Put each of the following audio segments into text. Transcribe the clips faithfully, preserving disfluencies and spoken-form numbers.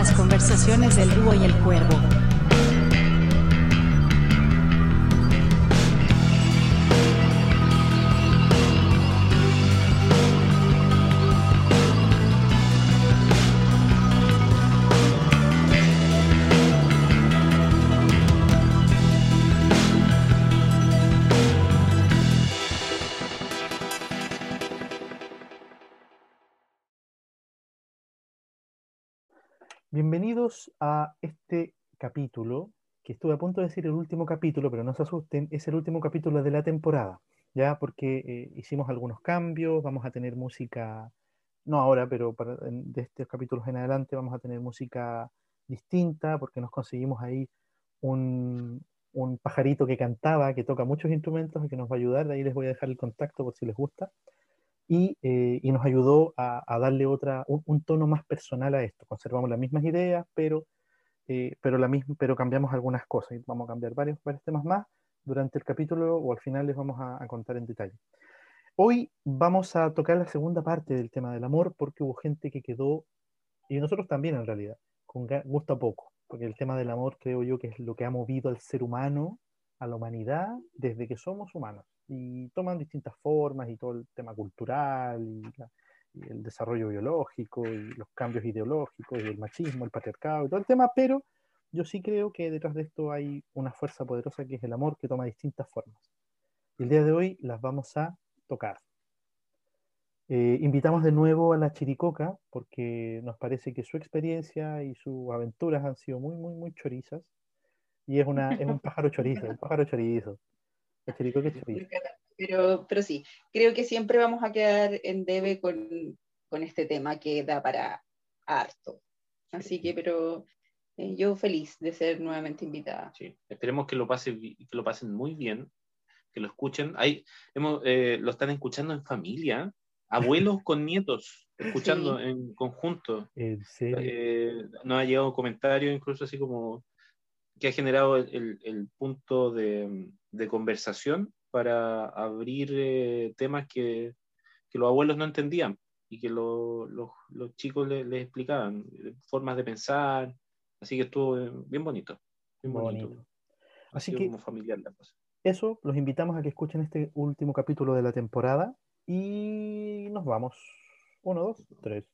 Las conversaciones del búho y el cuervo. Bienvenidos a este capítulo, que estuve a punto de decir el último capítulo, pero no se asusten, es el último capítulo de la temporada, ¿ya? Porque eh, hicimos algunos cambios, vamos a tener música, no ahora, pero para, en- de estos capítulos en adelante vamos a tener música distinta, porque nos conseguimos ahí un, un pajarito que cantaba, que toca muchos instrumentos y que nos va a ayudar, de ahí les voy a dejar el contacto por si les gusta y, eh, y nos ayudó a, a darle otra, un, un tono más personal a esto. Conservamos las mismas ideas, pero, eh, pero, la misma, pero cambiamos algunas cosas. Y vamos a cambiar varios, varios temas más durante el capítulo o al final les vamos a, a contar en detalle. Hoy vamos a tocar la segunda parte del tema del amor porque hubo gente que quedó, y nosotros también en realidad, con ga- gusto a poco, porque el tema del amor creo yo que es lo que ha movido al ser humano, a la humanidad, desde que somos humanos. Y toman distintas formas y todo el tema cultural y, la- y el desarrollo biológico y los cambios ideológicos y el machismo, el patriarcado y todo el tema, pero yo sí creo que detrás de esto hay una fuerza poderosa que es el amor que toma distintas formas. Y el día de hoy las vamos a tocar. Eh, invitamos de nuevo a la Chiricoca porque nos parece que su experiencia y sus aventuras han sido muy, muy, muy chorizas. Y es, una, es un pájaro chorizo, un pájaro chorizo. La Chiricoca es chorizo. Pero, pero sí, creo que siempre vamos a quedar en debe con, con este tema que da para harto. Así que, pero eh, yo feliz de ser nuevamente invitada. Sí. Esperemos que lo, pase, que lo pasen muy bien, que lo escuchen. Hay, hemos, eh, lo están escuchando en familia, abuelos con nietos, escuchando Sí. en conjunto. ¿En serio? Eh, nos ha llegado comentarios, incluso así como que ha generado el, el, el punto de, de conversación para abrir eh, temas que, que los abuelos no entendían y que lo, los, los chicos les, les explicaban, eh, formas de pensar. Así que estuvo eh, bien bonito. Bien bonito. Bonito. Ha Así sido que como familiar la cosa. eso, los invitamos a que escuchen este último capítulo de la temporada y nos vamos. Uno, dos, tres.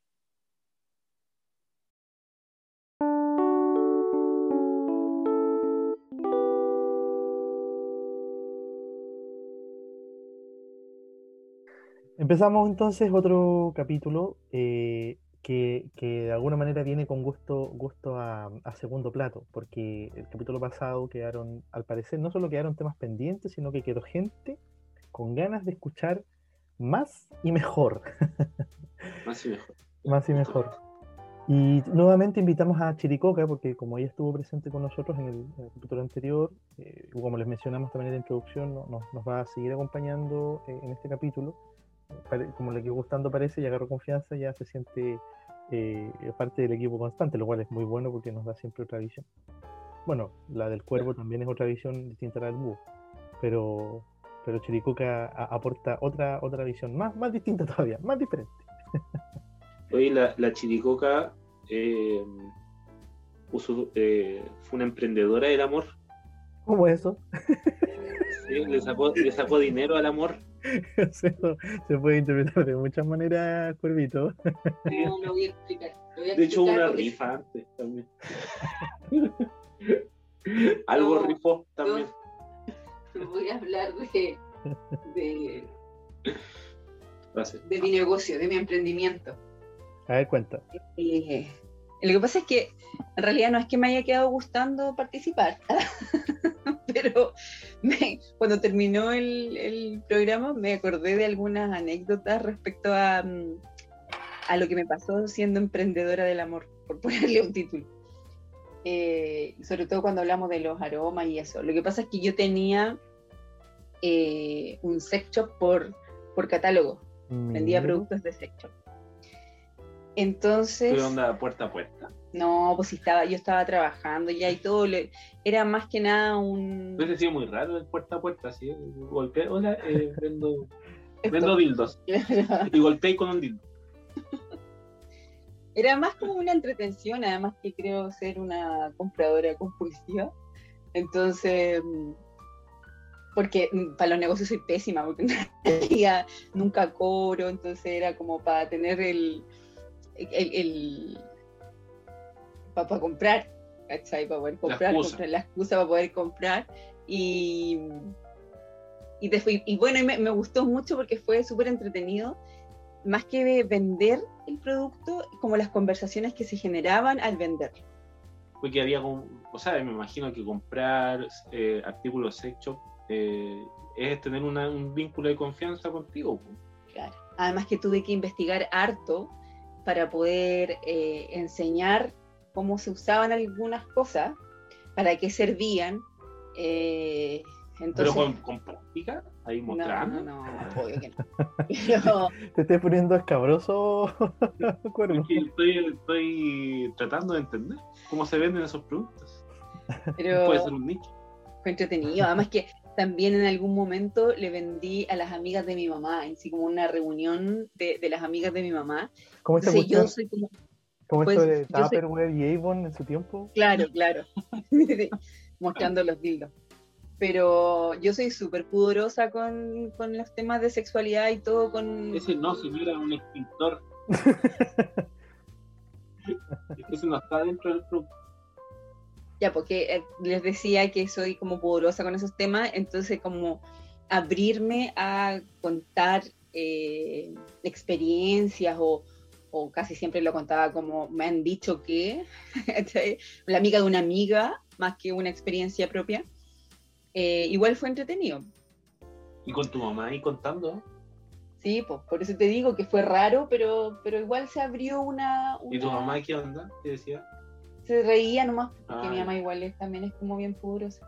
Empezamos entonces otro capítulo eh, que, que de alguna manera viene con gusto, gusto a, a segundo plato, porque el capítulo pasado quedaron, al parecer, no solo quedaron temas pendientes, sino que quedó gente con ganas de escuchar más y mejor. Más y mejor. Más y mejor. Y nuevamente invitamos a Chiricoca, porque como ella estuvo presente con nosotros en el, en el capítulo anterior, eh, como les mencionamos también en la introducción, no- nos, nos va a seguir acompañando eh, en este capítulo. Pare- como le quedó gustando parece y agarró confianza, ya se siente eh, parte del equipo constante, lo cual es muy bueno porque nos da siempre otra visión. Bueno, la del cuervo también es otra visión distinta a la del búho, pero, pero Chiricoca a- aporta otra, otra visión más, más distinta todavía, más diferente. Hoy la, la Chiricoca eh, puso, eh, fue una emprendedora del amor. ¿Cómo es eso? Sí, le, sacó, le sacó dinero al amor. Se, se puede interpretar de muchas maneras, Cuervito. No, lo voy a explicar. Lo voy a De hecho, explicar una porque- rifa antes también. Algo No, rifó también. Voy a hablar de, de, Gracias. de mi negocio, de mi emprendimiento. A ver, cuenta. Eh, lo que pasa es que en realidad no es que me haya quedado gustando participar, pero me- cuando terminó el, el programa me acordé de algunas anécdotas respecto a, mm, a lo que me pasó siendo emprendedora del amor, por ponerle un título. Eh, sobre todo cuando hablamos de los aromas y eso. Lo que pasa es que yo tenía eh, un sex shop por, por catálogo, vendía Mira. productos de sex shop. Entonces... ¿Qué onda puerta a puerta? No, pues estaba, yo estaba trabajando ya y todo, le, era más que nada un... Hubiese sido muy raro el puerta a puerta, así. Golpea, hola, eh, vendo, Esto. vendo dildos. Y golpeé con un dildo. Era más como una entretención, además que creo ser una compradora compulsiva. Entonces, porque para los negocios soy pésima, porque en realidad nunca cobro, entonces era como para tener el, el, el para, para comprar, ¿cachai? Para poder comprar, la comprar la excusa para poder comprar. Y, y, después, y bueno, y me, me gustó mucho porque fue súper entretenido, más que vender el producto, como las conversaciones que se generaban al vender. Porque había, o sea, me imagino que comprar eh, artículos sex shop eh, es tener una, un vínculo de confianza contigo. Claro. Además que tuve que investigar harto para poder eh, enseñar cómo se usaban algunas cosas, para qué servían. Eh, entonces, pero con, con práctica, ahí mostrando. No, no, no, obvio que no. Pero, te estoy poniendo escabroso. Porque estoy, estoy tratando de entender cómo se venden esos productos. Pero puede ser un nicho. Fue entretenido. Además que también en algún momento le vendí a las amigas de mi mamá, así como una reunión de, de las amigas de mi mamá. ¿Cómo esta Entonces, cuestión? yo soy como, ¿Cómo pues, esto de yo soy- Tupperware y Avon en su tiempo? Claro, claro. Mostrando los dildos. Pero yo soy súper pudorosa con, con los temas de sexualidad y todo con... Ese no, señora, un extintor. Ese no está dentro del producto. Ya, porque eh, les decía que soy como pudorosa con esos temas, entonces como abrirme a contar eh, experiencias o, o casi siempre lo contaba como me han dicho que, la amiga de una amiga, más que una experiencia propia, eh, igual fue entretenido. Y con tu mamá ahí contando. Sí, pues por eso te digo que fue raro, pero, pero igual se abrió una, una... ¿Y tu mamá qué onda? ¿Qué decía? Se reía nomás, porque Ah, mi mamá igual es, también es como bien pudorosa.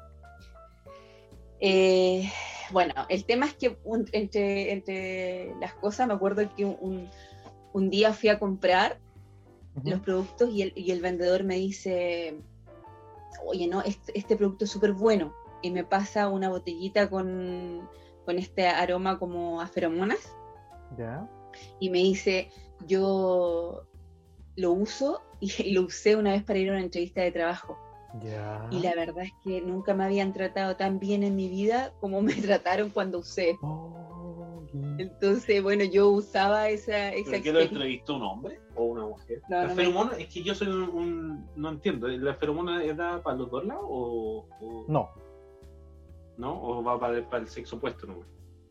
Eh, bueno, el tema es que un, entre, entre las cosas, me acuerdo que un, un día fui a comprar Uh-huh. los productos y el, y el vendedor me dice, oye, no, este, este producto es súper bueno, y me pasa una botellita con, con este aroma como a feromonas, Ya. y me dice, yo lo uso y lo usé una vez para ir a una entrevista de trabajo. Ya. Y la verdad es que nunca me habían tratado tan bien en mi vida como me trataron cuando usé. Oh, bien. Entonces, bueno, yo usaba esa, esa ¿Pero qué lo experiencia. entrevistó un hombre o una mujer? No, ¿La no me- feromona? Es que yo soy un, un- no entiendo. ¿La feromona es dada para los dos lados o, o No. no? ¿O va para el, para el sexo opuesto? ¿No?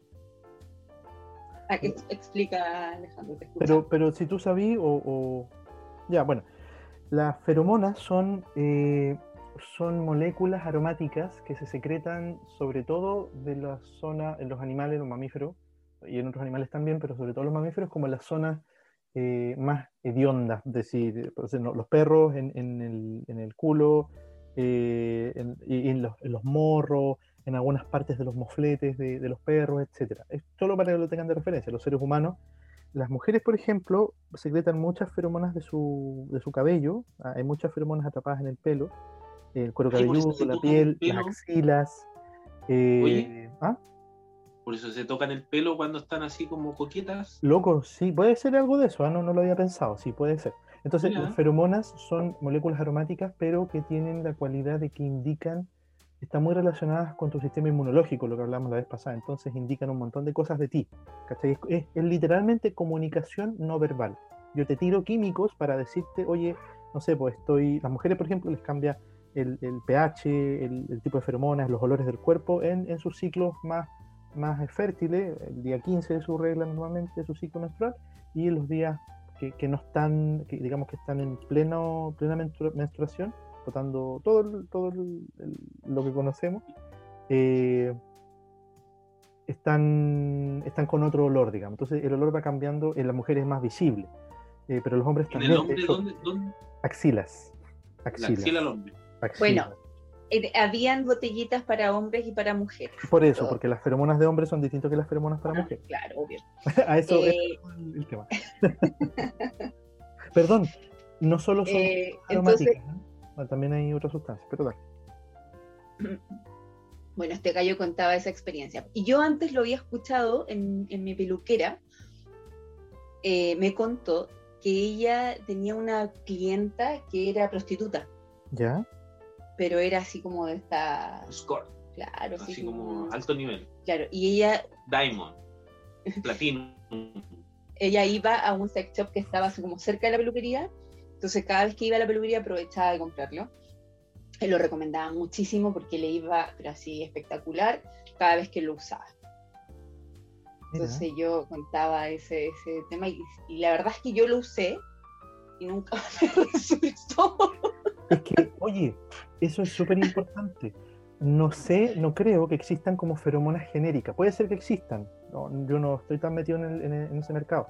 Ah, ex- explica, Alejandro, te escucho. Pero, pero si tú sabí o, o- Ya, bueno. Las feromonas son, eh, son moléculas aromáticas que se secretan sobre todo de la zona, en los animales, los mamíferos, y en otros animales también, pero sobre todo los mamíferos, como en las zonas eh, más hediondas, es decir, por ejemplo, los perros en, en el, en el culo, eh, en, y en los, en los morros, en algunas partes de los mofletes de, de los perros, etcétera. Es solo para que lo tengan de referencia. Los seres humanos, las mujeres, por ejemplo, secretan muchas feromonas de su, de su cabello. Ah, hay muchas feromonas atrapadas en el pelo, el cuero Ay, por eso cabelludo, se la tocan el piel, pelo. las axilas. eh, Oye. ¿ah? Por eso se tocan el pelo cuando están así como coquetas. Loco, sí, puede ser algo de eso, ah, no, no lo había pensado, sí, puede ser. Entonces, Mira. las feromonas son moléculas aromáticas, pero que tienen la cualidad de que indican, están muy relacionadas con tu sistema inmunológico, lo que hablamos la vez pasada, entonces indican un montón de cosas de ti, ¿cachai? Es, es- es literalmente comunicación no verbal. Yo te tiro químicos para decirte, oye, no sé, pues estoy, las mujeres, por ejemplo, les cambia el, el pH, el, el tipo de feromonas, los olores del cuerpo en, en sus ciclos más más fértiles, el día quince de su regla normalmente, de su ciclo menstrual, y en los días que, que no están, que digamos que están en pleno, plena menstrua- menstruación, botando todo, el- todo el- el- lo que conocemos, eh, están, están con otro olor, digamos. Entonces el olor va cambiando, en las mujeres es más visible, eh, pero los hombres ¿En también. el de hombre hecho, dónde? dónde? axilas. La Axilas. axila al hombre. axilas. Bueno, eh, habían botellitas para hombres y para mujeres. Por eso, Todo. porque las feromonas de hombres son distintas que las feromonas para Ah, mujeres. claro, obvio. A eso Eh, ese es el, el tema. Perdón, no solo son Eh, aromáticas, entonces, ¿eh? Bueno, también hay otras sustancias, pero dale. bueno, este gallo contaba esa experiencia. Y yo antes lo había escuchado en, en mi peluquera, eh, me contó que ella tenía una clienta que era prostituta, ¿Ya? pero era así como de esta, Score, claro, así, así como alto nivel. claro, y ella, Diamond, platino. ella iba a un sex shop que estaba así como cerca de la peluquería, entonces cada vez que iba a la peluquería aprovechaba de comprarlo. Él lo recomendaba muchísimo porque le iba, pero así espectacular, cada vez que lo usaba. Mira. Entonces yo contaba ese, ese tema y, y la verdad es que yo lo usé y nunca me resultó. Es que, oye, eso es súper importante. No sé, no creo que existan como feromonas genéricas. Puede ser que existan. No, yo no estoy tan metido en, el- en el- en ese mercado.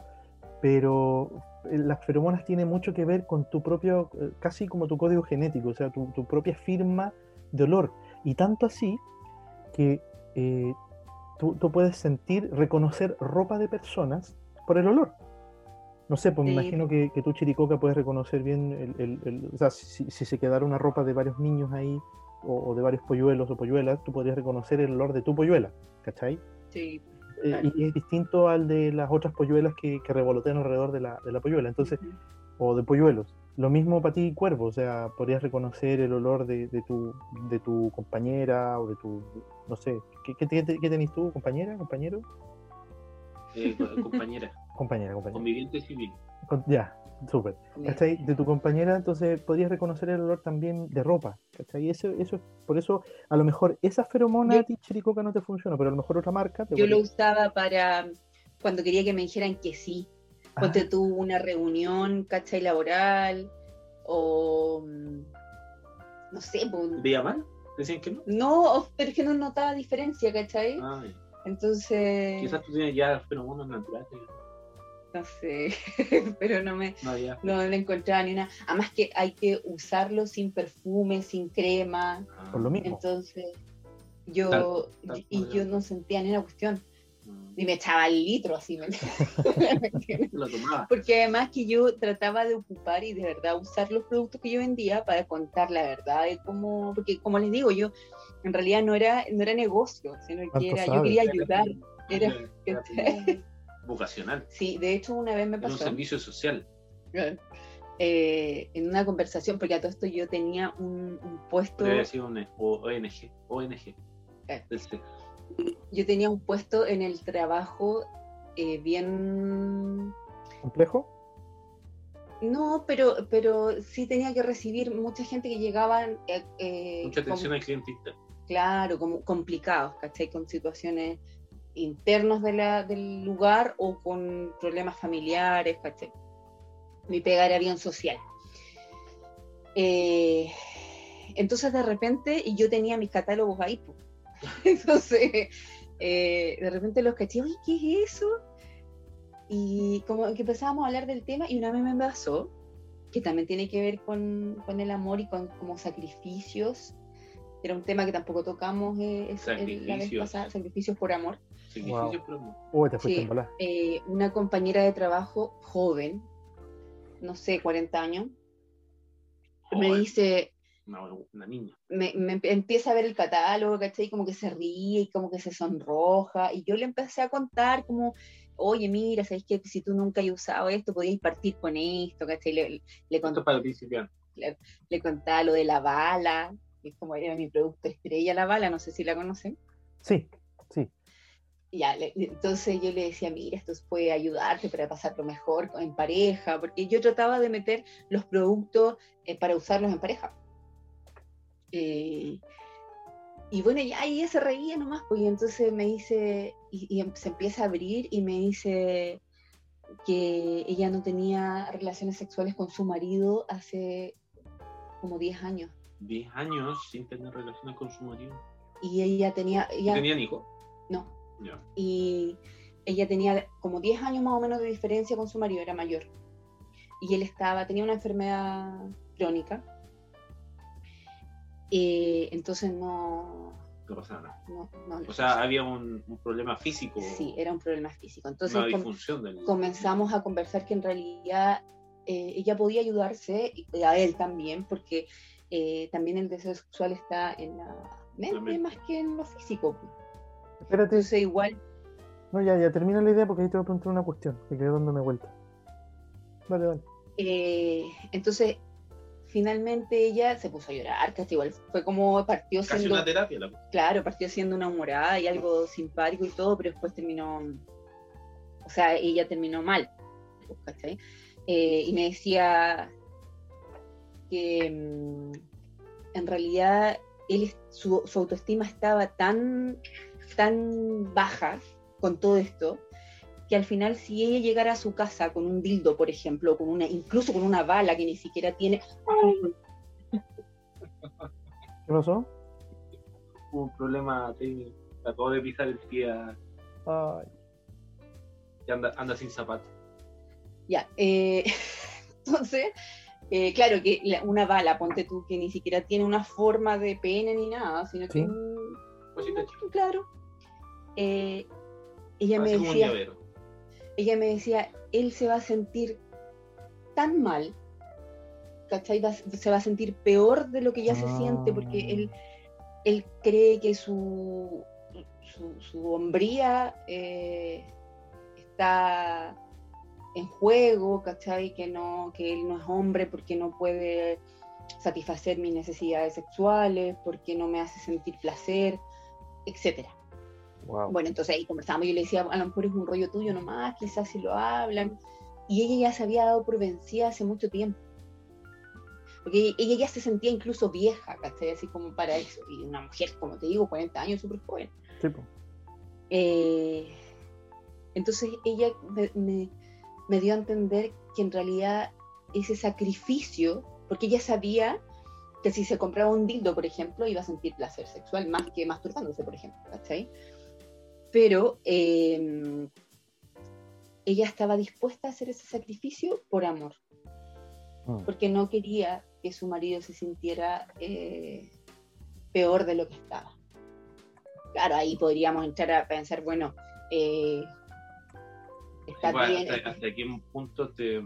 Pero eh, las feromonas tienen mucho que ver con tu propio, eh, casi como tu código genético, o sea, tu, tu propia firma de olor. Y tanto así que eh, tú, tú puedes sentir, reconocer ropa de personas por el olor. No sé, pues me Sí. imagino que, que tú, Chiricoca, puedes reconocer bien el, el- el- o sea, si, si se quedara una ropa de varios niños ahí, o, o de varios polluelos o polluelas, tú podrías reconocer el olor de tu polluela, ¿cachai? Sí, Eh, claro. y es distinto al de las otras polluelas que, que revolotean alrededor de la, de la polluela, entonces, o de polluelos. Lo mismo para ti, cuervo, o sea, podrías reconocer el olor de, de tu, de tu compañera o de tu, no sé, ¿qué, qué, qué, qué tenés tú, compañera, compañero? Eh, co- compañera, Compañera, compañera. conviviente civil. Con- ya, súper. ¿Cachai? De tu compañera, entonces podrías reconocer el olor también de ropa, ¿cachai? Eso, eso, es- por eso, a lo mejor esa feromona Yo- a ti, Chiricoca, no te funciona, pero a lo mejor otra marca te Yo lo podría- usaba para cuando quería que me dijeran que sí. Ponte Ah, tú una reunión, ¿cachai? Laboral, o mm, no sé, pues, ¿Veía mal? ¿Decían que no? no, pero es que no notaba diferencia, ¿cachai? Ah, ya. Entonces, Quizás tú tienes ya feromonas naturales. no sé, pero no me, No, ya. no le encontraba ni una. Además que hay que usarlo sin perfume, sin crema. Ah, por lo mismo. Entonces, yo, Tal- tal y como yo de- no sentía ni una cuestión. mm, Y me echaba el litro así, ¿me entiendes? Lo tomaba. Porque además que yo trataba de ocupar y de verdad usar los productos que yo vendía para contar la verdad de cómo, porque como les digo, yo en realidad no era, no era negocio, sino que ¿Cuánto era, yo sabes? quería ayudar. Era, Era como vocacional. sí, de hecho una vez me Era un pasó. servicio social. eh, en una conversación, porque a todo esto yo tenía un, un puesto, Podría haber sido un O N G. O N G. Eh. Del C. yo tenía un puesto en el trabajo eh, bien, ¿Complejo? no, pero, pero sí tenía que recibir mucha gente que llegaban, eh, eh, Mucha atención con- al cliente interno. claro, como complicados, ¿cachai? Con situaciones internos de la, del lugar o con problemas familiares, ¿cachai? Mi pega era bien social. Eh, entonces de repente, y yo tenía mis catálogos ahí, pues. Entonces eh, de repente los caché, oye, ¿qué es eso? Y como que empezábamos a hablar del tema y una vez me pasó, que también tiene que ver con, con el amor y con como sacrificios. Era un tema que tampoco tocamos eh, es- el- la vez Sacrificios. pasada, sacrificios por amor. Sacrificio, Wow. pero no. Uy, te fuiste Sí, en volar. eh, una compañera de trabajo joven, no sé, cuarenta años, me Joder, dice, Una, una niña. me, me emp- empieza a ver el catálogo, ¿cachai? Y como que se ríe y como que se sonroja. Y yo le empecé a contar como, oye, mira, ¿sabes qué? Si tú nunca has usado esto, podías partir con esto, ¿cachai? Le, le, Esto cont- es para el principiante. le contaba lo de la bala, que es como era mi producto estrella, la bala, no sé si la conocen. Sí, sí. Y ya, le- entonces yo le decía, mira, esto puede ayudarte para pasarlo mejor en pareja, porque yo trataba de meter los productos eh, para usarlos en pareja. Eh, y bueno, ya ella se reía nomás, pues, y entonces me dice, y, y em- se empieza a abrir y me dice que ella no tenía relaciones sexuales con su marido hace como diez años. diez años sin tener relaciones con su marido. Y ella tenía, ¿Y ella, tenían hijos? no, Ya. y ella tenía como diez años más o menos de diferencia con su marido, era mayor. Y él estaba, tenía una enfermedad crónica. Eh, entonces no, No pasaba nada. no, no- O sea, había un, un problema físico. sí, era un problema físico. Entonces Una com- disfunción del. comenzamos a conversar que en realidad eh, ella podía ayudarse, y a él también, porque eh, también el deseo sexual está en la mente mente. más que en lo físico. Espérate, Entonces igual, no, ya, ya termina la idea porque ahí te voy a preguntar una cuestión que quedó dándome vuelta. Vale, vale. Eh, entonces, finalmente ella se puso a llorar, casi igual fue como partió Casi siendo, una terapia. La... claro, partió siendo una humorada y algo simpático y todo, pero después terminó, o sea, ella terminó mal, ¿cachai? Eh, y me decía que mm, en realidad él, su, su autoestima estaba tan, tan baja con todo esto, que al final si ella llegara a su casa con un dildo, por ejemplo, con una, incluso con una bala que ni siquiera tiene... ¿Qué pasó? Hubo un problema técnico. Acabo de pisar el pie a... Ay. y anda, anda sin zapatos. Ya, eh, entonces, eh, claro que la, una bala, ponte tú, que ni siquiera tiene una forma de pene ni nada, sino Sí. que un... Cosita chica. Claro. Eh, ella me Así como un decía... llavero. Ella me decía, él se va a sentir tan mal, ¿cachai? Va, se va a sentir peor de lo que ya Ah. se siente, porque él, él cree que su, su, su hombría eh, está en juego, ¿cachai? Que, no, que él no es hombre porque no puede satisfacer mis necesidades sexuales, porque no me hace sentir placer, etcétera. Wow. Bueno, entonces ahí conversamos, yo le decía, a lo mejor es un rollo tuyo nomás, quizás si lo hablan, y ella ya se había dado por vencida hace mucho tiempo, porque ella ya se sentía incluso vieja, ¿cachai? Así como para eso, y una mujer, como te digo, cuarenta años, súper joven. Sí, po. Eh, entonces ella me, me, me dio a entender que en realidad ese sacrificio, porque ella sabía que si se compraba un dildo, por ejemplo, iba a sentir placer sexual más que masturbándose, por ejemplo, ¿cachai? Pero eh, ella estaba dispuesta a hacer ese sacrificio por amor, Mm. porque no quería que su marido se sintiera eh, peor de lo que estaba. Claro, ahí podríamos entrar a pensar, bueno, eh, está Sí, pues, bien. hasta, hasta qué punto te,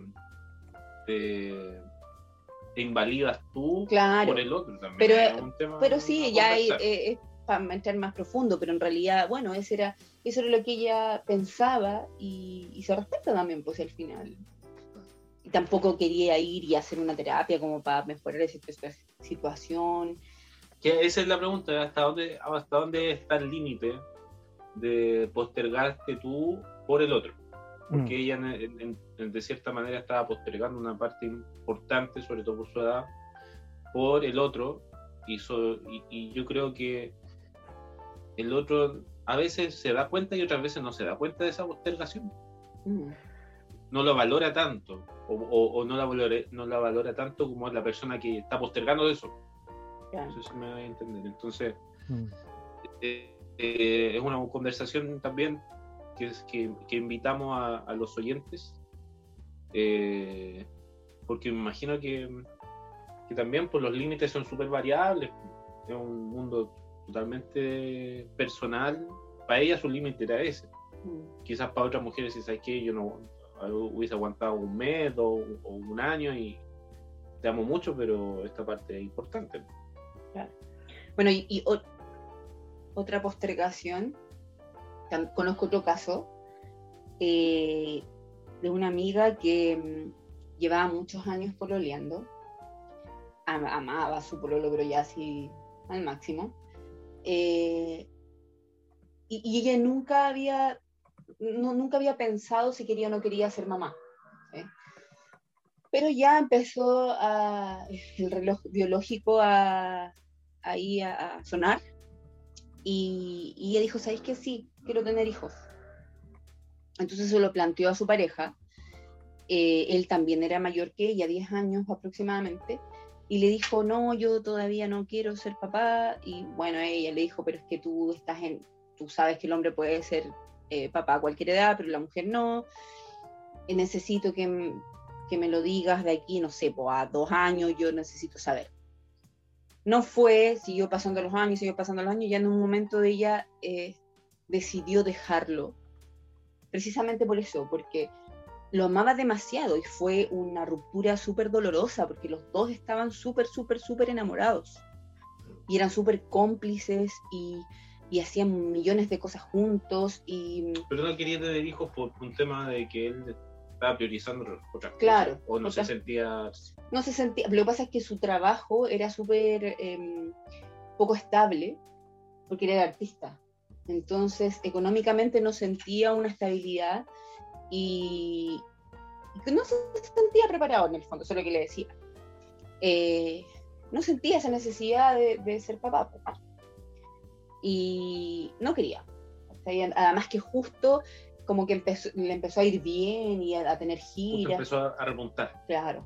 te, te invalidas tú Claro, por el otro también. pero, es un tema pero sí, a ya hay, conversar. eh, es para entrar más profundo, pero en realidad, bueno, eso era, eso era lo que ella pensaba y, y se respeta también, pues al final. Y tampoco quería ir y hacer una terapia como para mejorar esa, esa situación. Que esa es la pregunta, ¿hasta dónde, hasta dónde está el límite de postergarte tú por el otro? Porque Mm. ella en- en- en- de cierta manera estaba postergando una parte importante, sobre todo por su edad, por el otro, y, so- y, y yo creo que el otro a veces se da cuenta y otras veces no se da cuenta de esa postergación, Mm, no lo valora tanto, o, o- o no, la valore- no la valora tanto como la persona que está postergando eso. claro. No sé si me voy a entender. Entonces, Mm. eh, eh, es una conversación también que, es, que, que invitamos a, a los oyentes, eh, porque me imagino que, que también pues, los límites son súper variables. Es un mundo totalmente personal. Para ella su límite era ese. Mm, Quizás para otras mujeres, si sabes que yo no hubiese aguantado un mes o, o un año y te amo mucho, pero esta parte es importante. claro. Bueno, y, y o- otra postergación, tam- conozco otro caso eh, de una amiga que mm, llevaba muchos años pololeando, am- amaba a su pololo, pero ya así al máximo, eh, y, y ella nunca había, no, nunca había pensado si quería o no quería ser mamá, ¿sí? Pero ya empezó a, el reloj biológico a, ahí a, a sonar, y, y ella dijo, ¿sabéis qué? Sí, quiero tener hijos. Entonces se lo planteó a su pareja. Eh, él también era mayor que ella, diez años aproximadamente, y le dijo, no, yo todavía no quiero ser papá. Y bueno, ella le dijo, pero es que tú estás en, tú sabes que el hombre puede ser eh, papá a cualquier edad, pero la mujer no. Eh, necesito que, que me lo digas de aquí, no sé, pues, a dos años, yo necesito saber. No fue, siguió pasando los años, siguió pasando los años, ya en un momento de ella eh, decidió dejarlo, precisamente por eso, porque lo amaba demasiado y fue una ruptura súper dolorosa, porque los dos estaban súper, súper, súper enamorados y eran súper cómplices y, y hacían millones de cosas juntos y... Pero no quería tener hijos por un tema de que él estaba priorizando otras Claro, cosas, o no otras- se sentía... No se sentía, lo que pasa es que su trabajo era súper eh, poco estable, porque era artista. Entonces, económicamente no sentía una estabilidad y, y que no se sentía preparado en el fondo, eso es lo que le decía. Eh, no sentía esa necesidad de, de ser papá, po. Y no quería. Además que justo como que empezó, le empezó a ir bien y a, a tener Justo giras. empezó a, a remontar. Claro.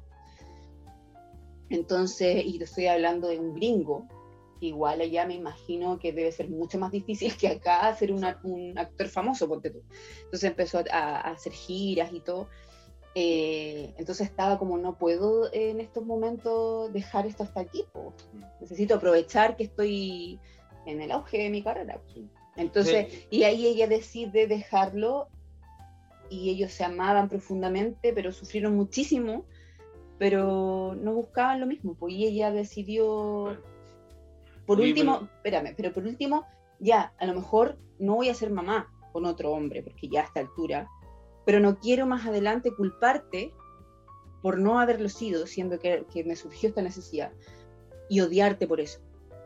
Entonces, y te estoy hablando de un gringo, igual allá me imagino que debe ser mucho más difícil que acá ser una, un actor famoso, ponte tú. Entonces empezó a, a hacer giras y todo. Eh, entonces estaba como, no puedo en estos momentos dejar esto hasta aquí, po. Necesito aprovechar que estoy en el auge de mi carrera. Sí. Entonces, Sí. y ahí ella decide dejarlo y ellos se amaban profundamente, pero sufrieron muchísimo, pero no buscaban lo mismo, pues y ella decidió, Bueno. por Oye, último, pero- espérame, pero por último, ya, a lo mejor no voy a ser mamá con otro hombre, porque ya a esta altura, pero no quiero más adelante culparte por no haberlo sido, siendo que, que me surgió esta necesidad, y odiarte por eso.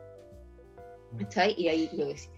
¿Cachai? Y ahí lo decía.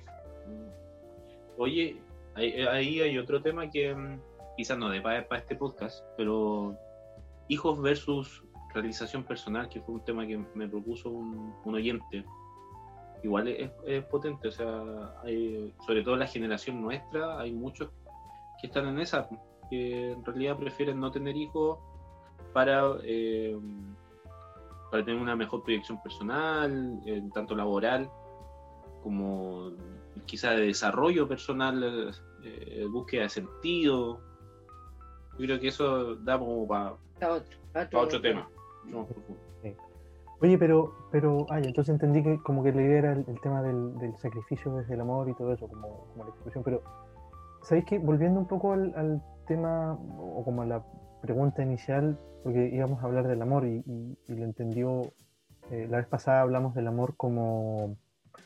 Oye, ahí, ahí hay otro tema que mm, quizás no de para este podcast, pero hijos versus realización personal, que fue un tema que me propuso un, un oyente. Igual es, es potente, o sea, hay, sobre todo en la generación nuestra, hay muchos que están en esa, que en realidad prefieren no tener hijos para, eh, para tener una mejor proyección personal, eh, tanto laboral como quizá de desarrollo personal, eh, búsqueda de sentido. Yo creo que eso da como para Para otro, pa pa otro tema. No, Sí. Oye, pero, pero, ay, entonces entendí que como que la idea era el, el tema del, del sacrificio desde el amor y todo eso, como, como la expresión, pero, ¿sabéis qué? Volviendo un poco al, al tema, o como a la pregunta inicial, porque íbamos a hablar del amor y, y, y lo entendió, eh, la vez pasada hablamos del amor como,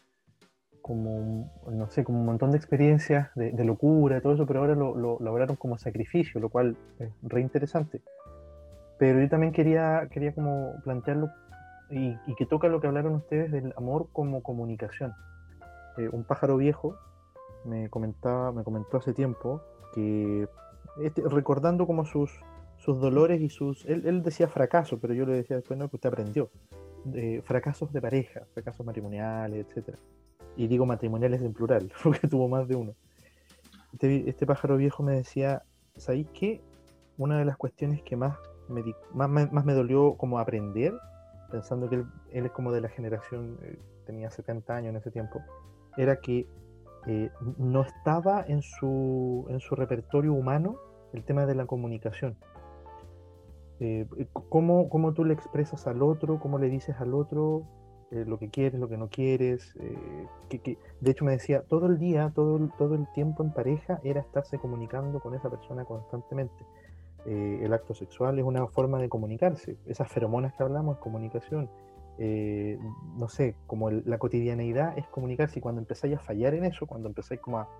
como, no sé, como un montón de experiencias de, de locura y todo eso, pero ahora lo, lo, lo hablaron como sacrificio, lo cual es re interesante. Pero yo también quería, quería como plantearlo y, y que toca lo que hablaron ustedes del amor como comunicación. Eh, un pájaro viejo me comentaba, me comentó hace tiempo que este, recordando como sus, sus dolores y sus, él, él decía fracaso, pero yo le decía después no, que usted aprendió, de fracasos de pareja, fracasos matrimoniales, etcétera. Y digo matrimoniales en plural, porque tuvo más de uno. Este, este pájaro viejo me decía, ¿sabéis qué? Una de las cuestiones que más me, di, más, más, más me dolió como aprender, pensando que él, él es como de la generación, eh, tenía setenta años en ese tiempo, era que eh, no estaba en su, en su repertorio humano el tema de la comunicación. Eh, cómo, cómo tú le expresas al otro, cómo le dices al otro eh, lo que quieres, lo que no quieres. Eh, que, que, de hecho me decía, todo el día, todo, todo el tiempo en pareja era estarse comunicando con esa persona constantemente. Eh, el acto sexual es una forma de comunicarse. Esas feromonas que hablamos es comunicación. Eh, no sé, como el, la cotidianeidad es comunicarse, y cuando empezáis a fallar en eso, cuando empezáis como a,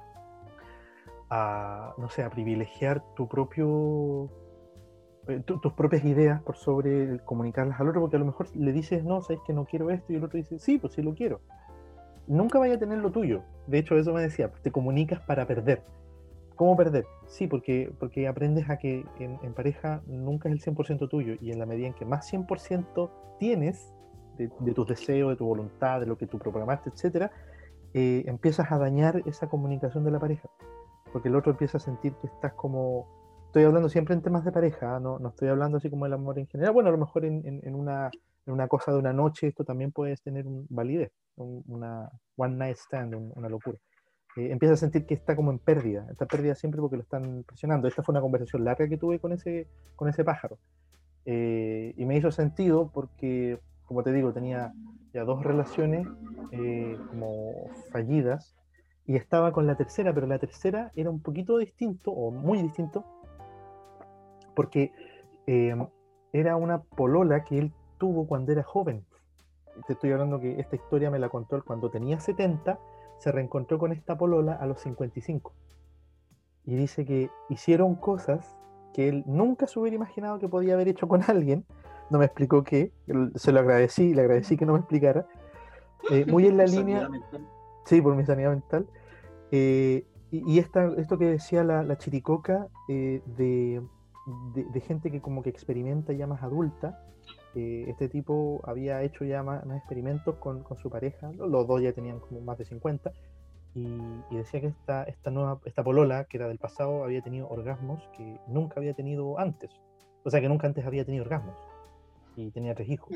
a no sé, a privilegiar tu propio eh, tu, tus propias ideas por sobre el comunicarlas al otro, porque a lo mejor le dices, no, sabes que no quiero esto, y el otro dice, sí, pues sí lo quiero. Nunca vaya a tener lo tuyo. De hecho, eso me decía, te comunicas para perder. ¿Cómo perder? Sí, porque, porque aprendes a que en, en pareja nunca es el cien por ciento tuyo, y en la medida en que más cien por ciento tienes de, de tus deseos, de tu voluntad, de lo que tú programaste, etcétera, eh, empiezas a dañar esa comunicación de la pareja, porque el otro empieza a sentir que estás como... Estoy hablando siempre en temas de pareja, no, no estoy hablando así como el amor en general. Bueno, a lo mejor en, en, en, una, en una cosa de una noche esto también puede tener un validez, un, una one night stand, un, una locura. Eh, empieza a sentir que está como en pérdida, está en pérdida siempre porque lo están presionando. Esta fue una conversación larga que tuve con ese, con ese pájaro. Eh, y me hizo sentido porque, como te digo, tenía ya dos relaciones eh, como fallidas, y estaba con la tercera, pero la tercera era un poquito distinto, o muy distinto, porque eh, era una polola que él tuvo cuando era joven. Te estoy hablando que esta historia me la contó él cuando tenía setenta, se reencontró con esta polola a los cincuenta y cinco. Y dice que hicieron cosas que él nunca se hubiera imaginado que podía haber hecho con alguien. No me explicó qué, se lo agradecí, le agradecí que no me explicara. Eh, muy en la línea... Sí, por mi sanidad mental. Eh, y y esta, esto que decía la, la Chiricoca, eh, de, de, de gente que como que experimenta ya más adulta. Eh, este tipo había hecho ya más, más experimentos con, con su pareja, los, los dos ya tenían como más de cincuenta, y, y decía que esta, esta nueva, esta polola, que era del pasado, había tenido orgasmos que nunca había tenido antes. O sea, que nunca antes había tenido orgasmos. Y tenía tres hijos.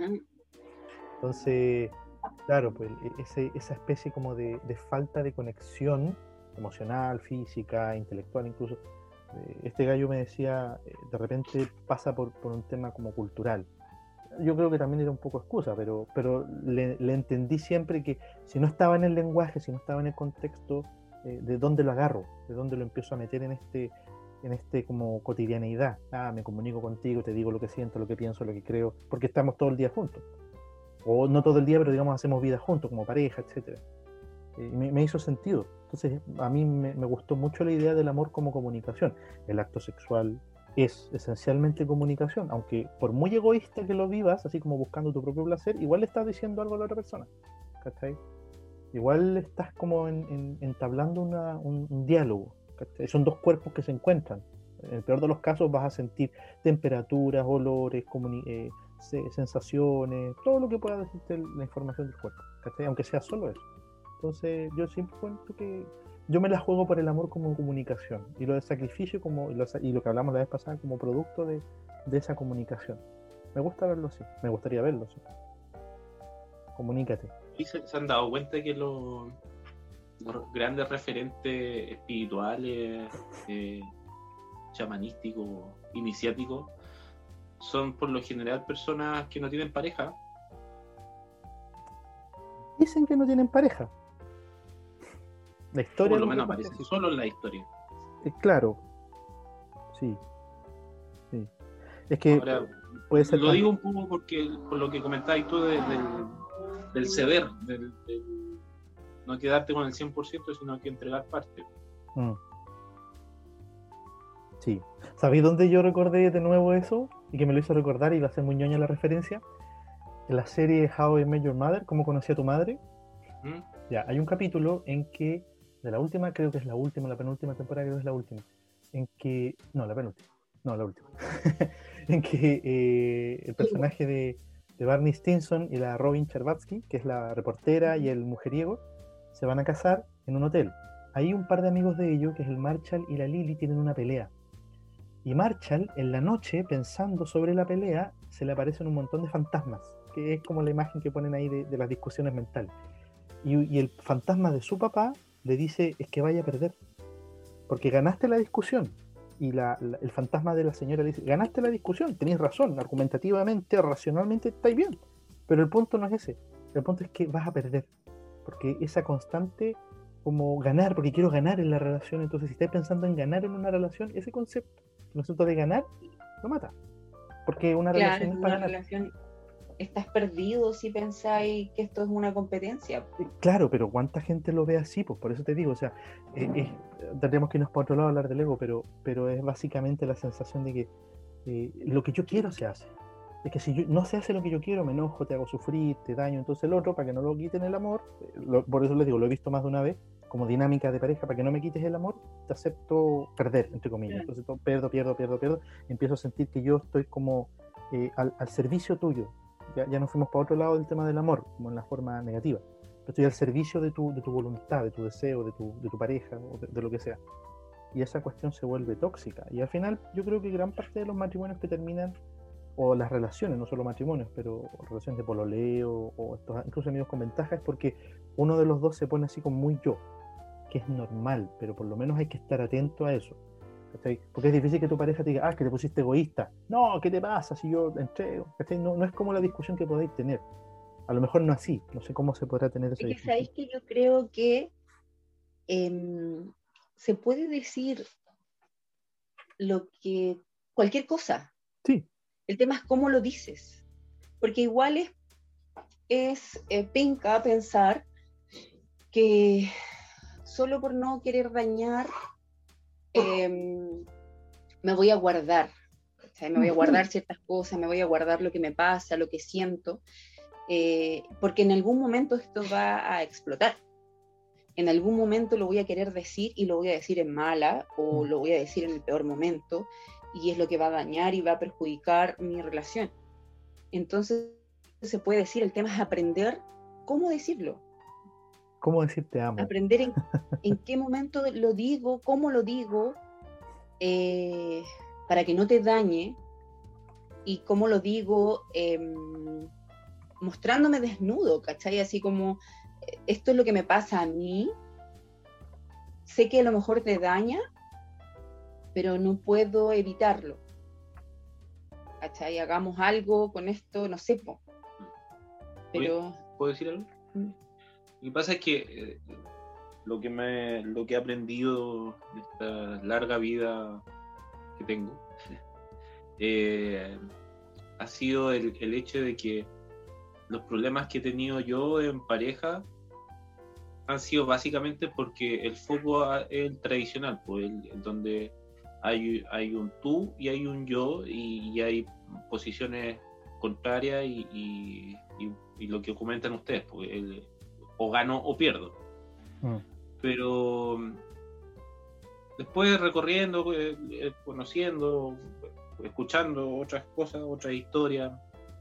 Entonces, claro, pues ese, esa especie como de, de falta de conexión emocional, física, intelectual incluso, eh, este gallo me decía, eh, de repente pasa por, por un tema como cultural. Yo creo que también era un poco excusa, pero, pero le, le entendí siempre que si no estaba en el lenguaje, si no estaba en el contexto, eh, ¿de dónde lo agarro? ¿De dónde lo empiezo a meter en este, en este como cotidianeidad? Ah, me comunico contigo, te digo lo que siento, lo que pienso, lo que creo, porque estamos todo el día juntos. O no todo el día, pero digamos hacemos vida juntos, como pareja, etcétera. Eh, me, me hizo sentido. Entonces, a mí me, me gustó mucho la idea del amor como comunicación. El acto sexual es esencialmente comunicación, aunque por muy egoísta que lo vivas, así como buscando tu propio placer, igual le estás diciendo algo a la otra persona, ¿cachai? Igual estás como en, en, entablando una, un, un diálogo, ¿cachai? Son dos cuerpos que se encuentran. En el peor de los casos vas a sentir temperaturas, olores, comuni- eh, sensaciones, todo lo que pueda decirte la información del cuerpo, ¿cachai? Aunque sea solo eso. Entonces yo siempre cuento que yo me la juego por el amor como comunicación y lo de sacrificio como, y, lo, y lo que hablamos la vez pasada como producto de, de esa comunicación. Me gusta verlo así, me gustaría verlo así. Comunícate. ¿Y se, se han dado cuenta que los, los grandes referentes espirituales, eh, chamanísticos, iniciáticos, son por lo general personas que no tienen pareja? Dicen que no tienen pareja. La historia por lo menos aparece solo en la historia. Eh, claro, sí, sí. Es que ahora, puede ser lo tan... digo un poco porque por lo que comentabas tú de, del, del ceder, del, del no quedarte con el cien por ciento, sino que entregar parte. Mm. Sí. ¿Sabéis dónde yo recordé de nuevo eso? Y que me lo hizo recordar y va a ser muy ñoña la referencia. En la serie How I Met Your Mother, ¿Cómo conocí a tu madre? ¿Mm? Ya, hay un capítulo en que de la última, creo que es la última, la penúltima temporada, creo que es la última, en que, no, la penúltima, no, la última, en que eh, el personaje de, de Barney Stinson y la Robin Cherbatsky, que es la reportera y el mujeriego, se van a casar en un hotel. Ahí un par de amigos de ellos, que es el Marshall y la Lily, tienen una pelea. Y Marshall, en la noche, pensando sobre la pelea, se le aparecen un montón de fantasmas, que es como la imagen que ponen ahí de, de las discusiones mentales. Y, y el fantasma de su papá le dice, es que vaya a perder, porque ganaste la discusión. Y la, la, el fantasma de la señora le dice, ganaste la discusión, tenés razón, argumentativamente, racionalmente, estáis bien. Pero el punto no es ese, el punto es que vas a perder, porque esa constante como ganar, porque quiero ganar en la relación, entonces si estáis pensando en ganar en una relación, ese concepto, el concepto de ganar, lo mata. Porque una claro, relación es para ganar. Relación... Estás perdido si pensáis que esto es una competencia. Claro, pero ¿cuánta gente lo ve así? Pues por eso te digo, o sea, eh, eh, tendríamos que irnos para otro lado a hablar del ego, pero, pero es básicamente la sensación de que eh, lo que yo quiero se hace. Es que si yo, no se hace lo que yo quiero, me enojo, te hago sufrir, te daño, entonces el otro, para que no lo quiten el amor, eh, lo, por eso les digo, lo he visto más de una vez, como dinámica de pareja, para que no me quites el amor, te acepto perder, entre comillas. Entonces todo, pierdo, pierdo, pierdo, pierdo, y empiezo a sentir que yo estoy como eh, al, al servicio tuyo. Ya, ya nos fuimos para otro lado del tema del amor, como en la forma negativa. Pero estoy al servicio de tu, de tu voluntad, de tu deseo, de tu, de tu pareja, o de, de lo que sea. Y esa cuestión se vuelve tóxica. Y al final yo creo que gran parte de los matrimonios que terminan, o las relaciones, no solo matrimonios, pero relaciones de pololeo, o estos, incluso amigos con ventaja, es porque uno de los dos se pone así como muy yo, que es normal, pero por lo menos hay que estar atento a eso. ¿Cachai? Porque es difícil que tu pareja te diga, ah, que te pusiste egoísta. No, ¿qué te pasa si yo entrego? ¿Cachai? No, no es como la discusión que podéis tener. A lo mejor no así. No sé cómo se podrá tener esa discusión. Sabéis que yo creo que eh, se puede decir lo que cualquier cosa. Sí. El tema es cómo lo dices. Porque igual es, es eh, penca pensar que solo por no querer dañar Eh, me voy a guardar, ¿cachai? Me voy a guardar ciertas cosas, me voy a guardar lo que me pasa, lo que siento, eh, porque en algún momento esto va a explotar. En algún momento lo voy a querer decir y lo voy a decir en mala o lo voy a decir en el peor momento y es lo que va a dañar y va a perjudicar mi relación. Entonces se puede decir, el tema es aprender cómo decirlo. ¿Cómo decir te amo? Aprender en, en qué momento lo digo, cómo lo digo, eh, para que no te dañe y cómo lo digo eh, mostrándome desnudo, ¿cachai? Así como, esto es lo que me pasa a mí, sé que a lo mejor te daña, pero no puedo evitarlo. ¿Cachai? Hagamos algo con esto, no sé, po. Pero... ¿Puedo decir algo? ¿Mm? Lo que pasa es que eh, lo que me, lo que he aprendido de esta larga vida que tengo eh, ha sido el, el hecho de que los problemas que he tenido yo en pareja han sido básicamente porque el foco es el tradicional, pues, el, el donde hay, hay un tú y hay un yo y, y hay posiciones contrarias y, y, y, y lo que comentan ustedes, pues, el, o gano o pierdo. Mm. Pero después recorriendo, eh, eh, conociendo, escuchando otras cosas, otras historias,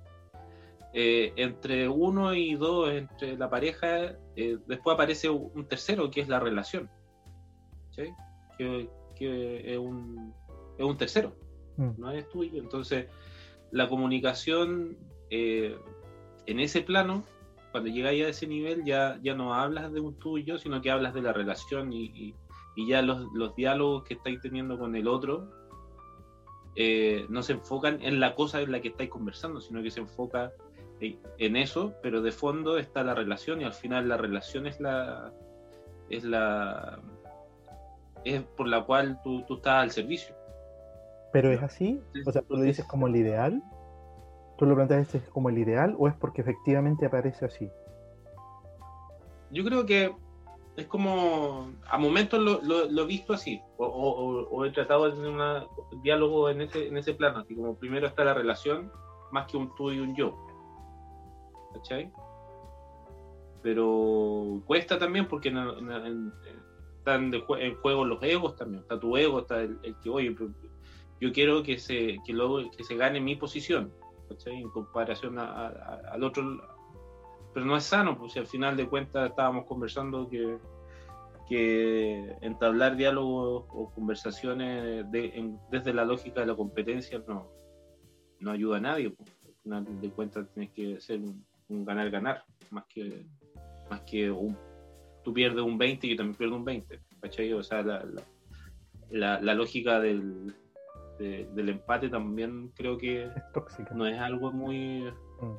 eh, entre uno y dos, entre la pareja, eh, después aparece un tercero que es la relación, ¿sí? que, que es, un, es un tercero, mm. no es tuyo. Entonces la comunicación eh, en ese plano, cuando llegáis a ese nivel, ya, ya no hablas de un tú y yo, sino que hablas de la relación y, y, y ya los, los diálogos que estáis teniendo con el otro eh, no se enfocan en la cosa en la que estáis conversando, sino que se enfoca en, en eso, pero de fondo está la relación y al final la relación es la es la es por la cual tú, tú estás al servicio. ¿Pero es así? O sea, ¿tú lo dices como el ideal? ¿Tú lo planteas este como el ideal o es porque efectivamente aparece así? Yo creo que es como, a momentos lo, lo, lo he visto así, o, o, o he tratado de tener una, un diálogo en ese, en ese plano, así como primero está la relación, más que un tú y un yo, ¿cachai? Pero cuesta también porque en, en, en, están de, en juego los egos también, está tu ego, está el, el que, oye, yo quiero que se, que luego, que se gane mi posición, ¿cachai? En comparación a, a, al otro, pero no es sano, pues si al final de cuentas estábamos conversando que, que entablar diálogos o conversaciones de, en, desde la lógica de la competencia no, no ayuda a nadie, pues. Al final de cuentas tienes que ser un, un ganar-ganar, más que, más que un, tú pierdes un veinte y yo también pierdo un veinte, ¿cachai? O sea, la, la, la, la lógica del De, del empate también creo que es tóxica. No es algo muy... Mm.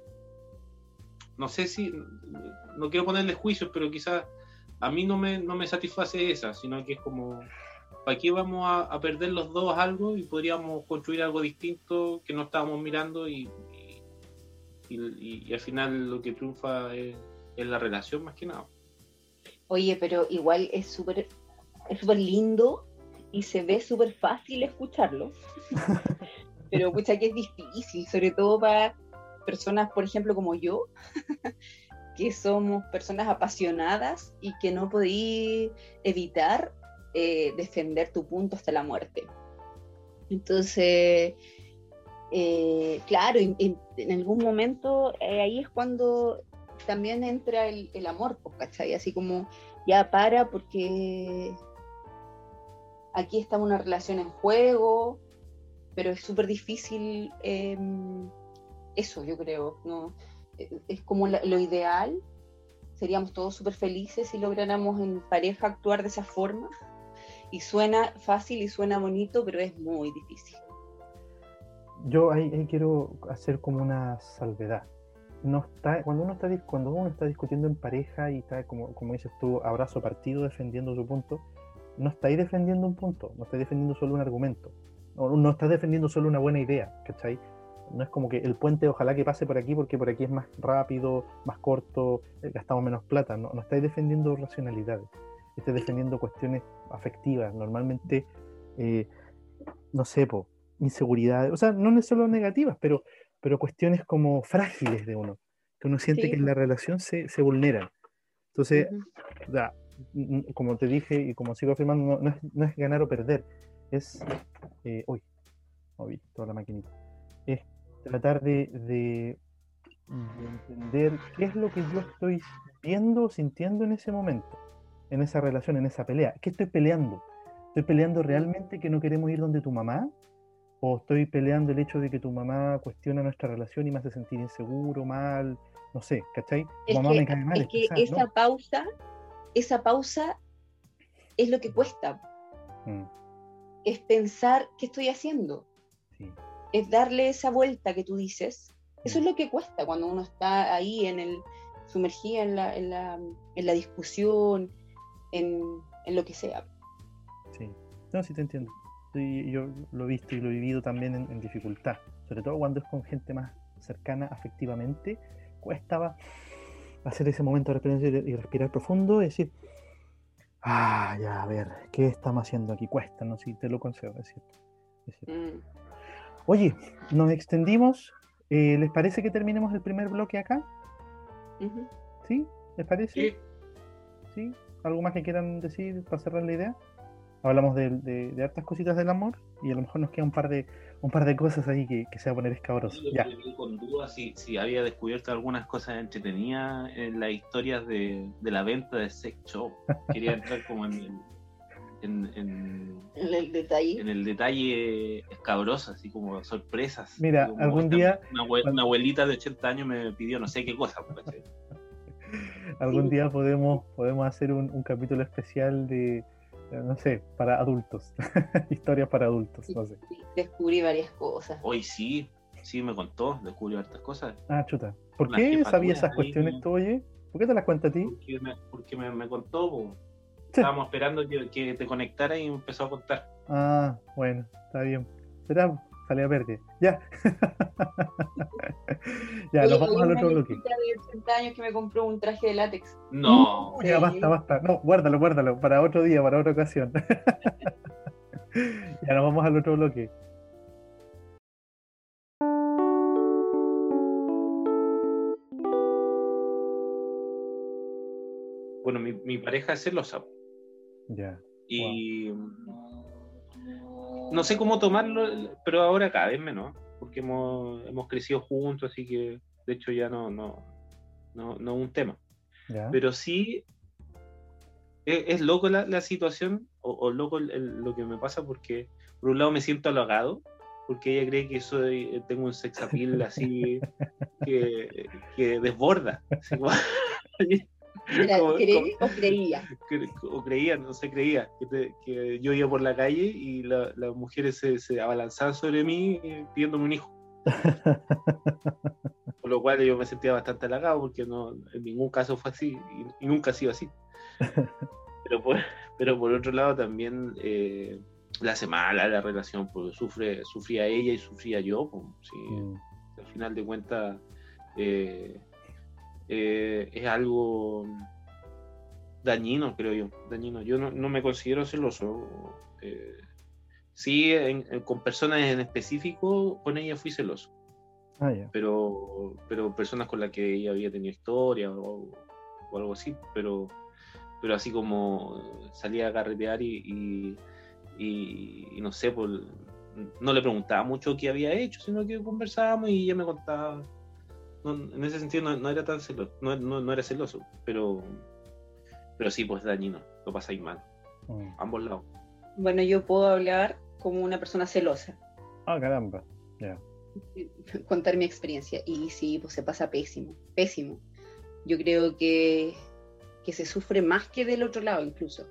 No sé si... No quiero ponerle juicios, pero quizás a mí no me, no me satisface esa, sino que es como, ¿para qué vamos a, a perder los dos algo y podríamos construir algo distinto que no estábamos mirando y, y, y, y al final lo que triunfa es, es la relación más que nada? Oye, pero igual es súper es súper lindo y se ve súper fácil escucharlo, pero pucha que es difícil, sobre todo para personas, por ejemplo, como yo, que somos personas apasionadas y que no podí evitar eh, defender tu punto hasta la muerte. Entonces, eh, claro, en, en, en algún momento eh, ahí es cuando también entra el, el amor, ¿cachai? Así como, ya para, porque aquí está una relación en juego, pero es súper difícil eh, eso, yo creo, ¿no? Es como la, lo ideal, seríamos todos súper felices si lográramos en pareja actuar de esa forma, y suena fácil y suena bonito, pero es muy difícil. Yo ahí, ahí quiero hacer como una salvedad. No está, cuando, uno está, cuando uno está discutiendo en pareja y está, como, como dices tú, abrazo partido defendiendo su punto, no estáis defendiendo un punto, no estáis defendiendo solo un argumento, no, no estás defendiendo solo una buena idea, ¿cachai? No es como que el puente ojalá que pase por aquí porque por aquí es más rápido, más corto, gastamos menos plata, no, no estáis defendiendo racionalidades, estáis defendiendo cuestiones afectivas. Normalmente eh, no sé, po, inseguridades, o sea, no necesariamente negativas, pero, pero cuestiones como frágiles de uno, que uno siente Sí, que en po. la relación se, se vulneran. Entonces, Ujú. ya, n- n- como te dije y como sigo afirmando, no, no es, no es ganar o perder, es, eh, uy, moví toda la maquinita, es tratar de, de, de entender qué es lo que yo estoy viendo o sintiendo en ese momento, en esa relación, en esa pelea. ¿Qué estoy peleando? ¿Estoy peleando realmente que no queremos ir donde tu mamá? ¿O estoy peleando el hecho de que tu mamá cuestiona nuestra relación y me hace sentir inseguro, mal? No sé, ¿cachai? Tu Es mamá me que, cae mal, es es que pesada, esa ¿no? pausa, esa pausa es lo que cuesta, Mm, es pensar qué estoy haciendo, sí. es darle esa vuelta que tú dices. Eso Mm, es lo que cuesta cuando uno está ahí en el, sumergida en la, en la, en la discusión, en, en lo que sea. sí. No, sí te entiendo. Sí, yo lo he visto y lo he vivido también en, en dificultad. Sobre todo cuando es con gente más cercana afectivamente, cuesta hacer ese momento de respirar y respirar profundo y decir, ah, ya, a ver, ¿qué estamos haciendo aquí? Cuesta, ¿no? Sí, te lo concedo, es cierto. Es cierto. Mm. Oye, nos extendimos. Eh, ¿les parece que terminemos el primer bloque acá? Ujú. ¿Sí? ¿Les parece? Sí. ¿Sí? ¿Algo más que quieran decir para cerrar la idea? Hablamos de, de, de hartas cositas del amor y a lo mejor nos queda un par de, un par de cosas ahí que, que se va a poner escabroso. Yo Ya. me quedé con dudas si, si había descubierto algunas cosas entretenidas en las historias de, de la venta de sex shop. Quería entrar como en el, en, en, El, el detalle. en el detalle escabroso, así como sorpresas. Mira, Así como algún esta- día- Una, abue- cuando- una abuelita de ochenta años me pidió no sé qué cosa. ¿cachai? Algún Sí. día podemos, podemos hacer un, un capítulo especial de, eh, no sé, para adultos. Historias para adultos, no sé. Descubrí varias cosas. Hoy sí, sí me contó, descubrió hartas cosas. Ah, chuta. ¿Por Una qué jefatura sabías esas ahí, cuestiones ¿no? tú, oye? ¿Por qué te las cuenta a ti? Porque me, porque me, me contó, po. Estábamos esperando que, que te conectara y me empezó a contar. Ah, bueno, está bien. Será, salía verde. Ya. Ya, Oye, nos vamos hay al una otro bloque. viejita de ochenta años que me compró un traje de látex. No, Uh, ya, Sí. basta, basta. No, guárdalo, guárdalo. Para otro día, para otra ocasión. Ya, nos vamos al otro bloque. bueno, mi, mi pareja es celosa Ya. y no sé cómo tomarlo, pero ahora cada vez menos, porque hemos, hemos crecido juntos, así que de hecho ya no, no, no, no es un tema. Ya. Pero sí es, es loco la, la situación, o, o loco el- el- lo que me pasa, porque por un lado me siento halagado, porque ella cree que soy, tengo un sex appeal así que, que desborda. Así como- Era, como- ¿cree o creía? cre- o creía, no se creía, que, te- que yo iba por la calle y la- las mujeres se, se abalanzaban sobre mí eh, pidiéndome un hijo. Por lo cual yo me sentía bastante halagado porque no, en ningún caso fue así y, y nunca ha sido así. Pero por, pero por otro lado también eh, la hace mala la relación, porque sufre, sufría ella y sufría yo. Pues, sí. Mm, Al final de cuentas eh, eh, es algo dañino, creo yo. Dañino. Yo no, no me considero celoso. Eh, sí, en- en- con personas en específico, con ella fui celoso. Ah, ya. Pero, pero personas con las que ella había tenido historia o, o algo así. Pero, pero así como salía a carretear y, y, y- y no sé, pues, no le preguntaba mucho qué había hecho, sino que conversábamos y ella me contaba. No, en ese sentido no, no era tan celoso, no, no, no era celoso, pero, pero sí, pues dañino, lo pasáis mal, Mm. ambos lados. Bueno, yo puedo hablar como una persona celosa, Ah, caramba. Ya. contar mi experiencia. Y sí, pues se pasa pésimo, pésimo. Yo creo que, que se sufre más que del otro lado incluso.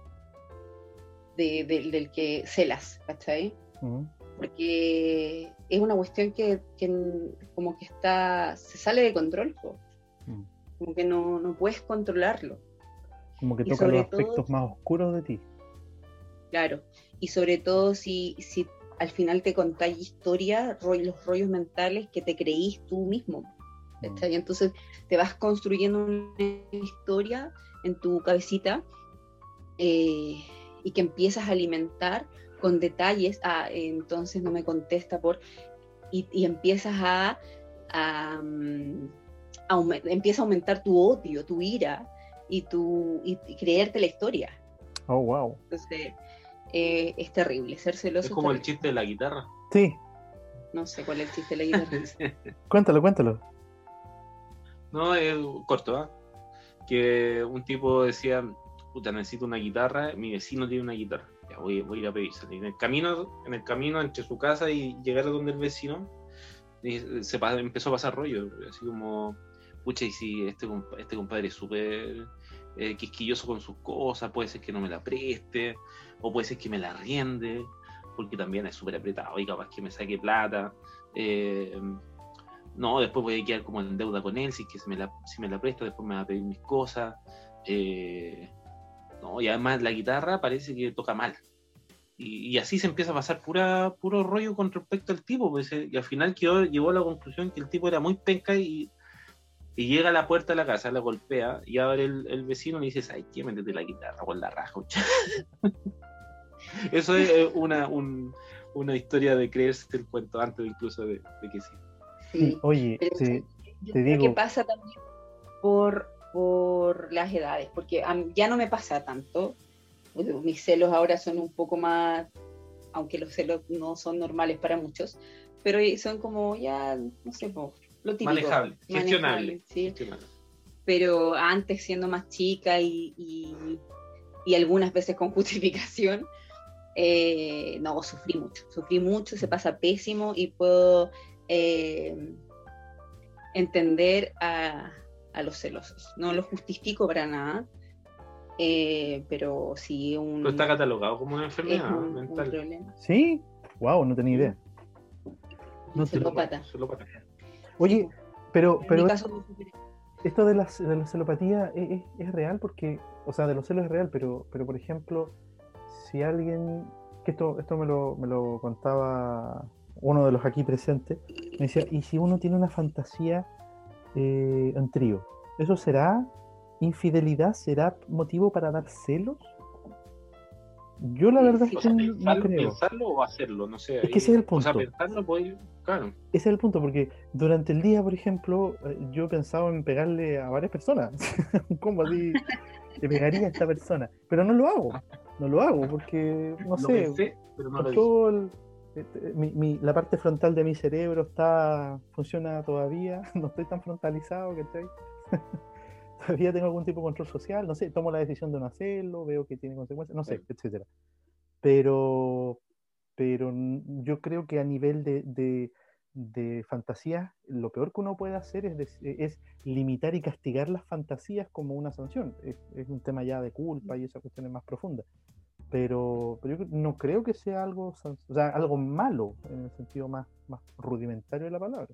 De, de- del que celas, ¿cachai? Mm, Porque es una cuestión que, que como que está, se sale de control, po. mm. Como que no, no puedes controlarlo. Como que Y toca los sobre aspectos todo- más oscuros de ti. Claro, y sobre todo si, si al final te contáis historia, ro- los rollos mentales que te creís tú mismo. Mm. ¿Cachai? Entonces te vas construyendo una historia en tu cabecita eh, y que empiezas a alimentar con detalles, ah, entonces no me contesta por... Y, y empiezas a... a, a aument, empieza a aumentar tu odio, tu ira y, tu, y, y creerte la historia. Oh, wow. Entonces, eh, es terrible, ser celoso. Es como es el chiste de la guitarra. Sí. No sé cuál es el chiste de la guitarra. Cuéntalo, cuéntalo. No, es corto, ¿ah? ¿eh? Que un tipo decía, puta, necesito una guitarra, mi vecino tiene una guitarra, ya voy, voy a ir a pedírsela. Y en el camino, en el camino entre su casa y llegar a donde el vecino, se empezó a pasar rollo, así como, pucha, y si este, este compadre es súper eh, quisquilloso con sus cosas, puede ser que no me la preste, o puede ser que me la riende, porque también es súper apretado y capaz que me saque plata. Eh, no, después voy a quedar como en deuda con él, si, es que se me la, si me la presta, después me va a pedir mis cosas. Eh, no, y además la guitarra parece que toca mal. Y, y así se empieza a pasar pura, puro rollo con respecto al tipo, pues, y al final quedó, llegó a la conclusión que el tipo era muy penca y, y llega a la puerta de la casa, la golpea y abre el, el vecino y le dice, ay, ¿qué? Métete la guitarra con la raja. Eso es una, un, una historia de creerse el cuento antes incluso de, de que sí. Sí, oye, pero te, yo te creo digo... que pasa también por, por las edades, porque a mí ya no me pasa tanto. Mis celos ahora son un poco más, aunque los celos no son normales para muchos, pero son como ya, no sé, lo típico. Manejable, gestionable. ¿Sí? Gestionable. Pero antes, siendo más chica y, y, y algunas veces con justificación, eh, no, sufrí mucho, sufrí mucho, se pasa pésimo y puedo eh, entender a, a los celosos. No los justifico para nada. Eh, pero sí un... Pero está catalogado como una enfermedad un, mental. Un problema. ¿Sí? Wow, no tenía idea. No celópata. Celópata. Oye, pero, pero en mi caso, esto de la, de la celopatía es, es, es real porque, o sea, de los celos es real, pero, pero por ejemplo, si alguien, que esto, esto me lo, me lo contaba uno de los aquí presentes, me decía, ¿y si uno tiene una fantasía eh, en trío? ¿Eso será infidelidad? ¿Será motivo para dar celos? Yo la verdad Sí, es que o sea, no pensarlo, creo. ¿Pensarlo o hacerlo? No sé. Es que ese es el punto. O sea, pensarlo, pues, claro. Ese es el punto, porque durante el día, por ejemplo, yo pensaba en pegarle a varias personas. ¿Cómo así? Le pegaría a esta persona. Pero no lo hago. No lo hago porque, no lo sé, pensé, pero no lo todo el, mi, mi, la parte frontal de mi cerebro está funciona todavía. No estoy tan frontalizado, ¿cachai? Todavía tengo algún tipo de control social, no sé, tomo la decisión de no hacerlo, veo que tiene consecuencias, no sé, sí. etcétera. Pero, pero yo creo que a nivel de, de, de fantasías, lo peor que uno puede hacer es, de, es limitar y castigar las fantasías como una sanción. Es, es un tema ya de culpa y esa cuestión es más profunda. Pero, pero yo no creo que sea algo, o sea, algo malo en el sentido más, más rudimentario de la palabra.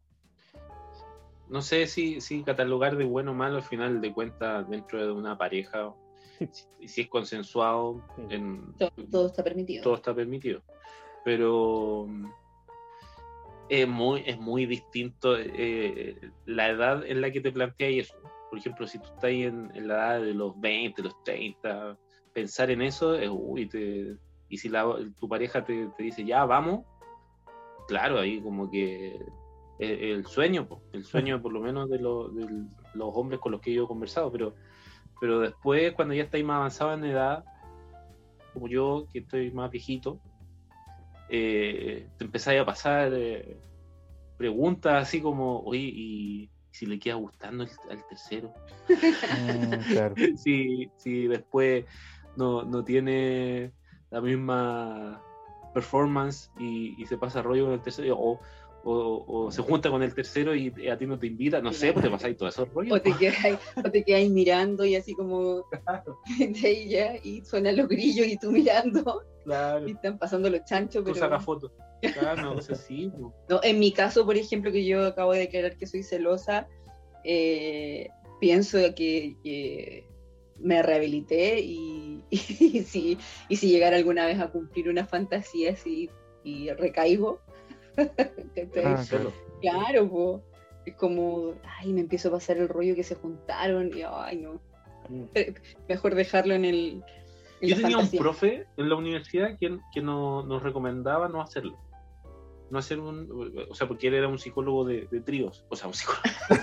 No sé si, si catalogar de bueno o malo al final de cuentas dentro de una pareja, sí. si, si es consensuado, sí. en, todo, todo está permitido. Todo está permitido. Pero es muy, es muy distinto eh, la edad en la que te planteas eso. Por ejemplo, si tú estás en, en la edad de los veinte, los treinta, pensar en eso es uy, te, y si la, tu pareja te, te dice ya, vamos, claro, ahí como que el sueño, el sueño por lo menos de, lo, de los hombres con los que yo he conversado, pero, pero después cuando ya estáis más avanzados en edad, como yo que estoy más viejito, eh, te empezáis a pasar eh, preguntas así como, oye, ¿y si le queda gustando el, al tercero? Mm, claro. si, si después no, no tiene la misma performance y, y se pasa rollo con el tercero, o O, o se junta con el tercero y a ti no te invita, no sé, pues te pasáis todo eso rollo. O te quedáis, o te quedáis mirando y así como de ella y suenan los grillos y tú mirando. Claro. Y están pasando los chanchos. Tú pero... sacas fotos. Claro, no, o sea, sí, no. No, en mi caso, por ejemplo, que yo acabo de declarar que soy celosa, eh, pienso que, que me rehabilité y, y, si, y si llegara alguna vez a cumplir una fantasía así y recaigo. Ah, claro, claro po. Es como, ay, me empiezo a pasar el rollo que se juntaron y ay no, mm. mejor dejarlo en el en Yo la tenía un fantasía. profe en la universidad que, que no, nos recomendaba no hacerlo. No hacer un. O sea, porque él era un psicólogo de, de tríos. O sea, un psicólogo.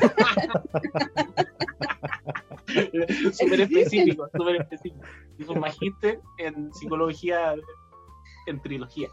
Súper específico, súper específico. Hizo un magíster en psicología en trilogía.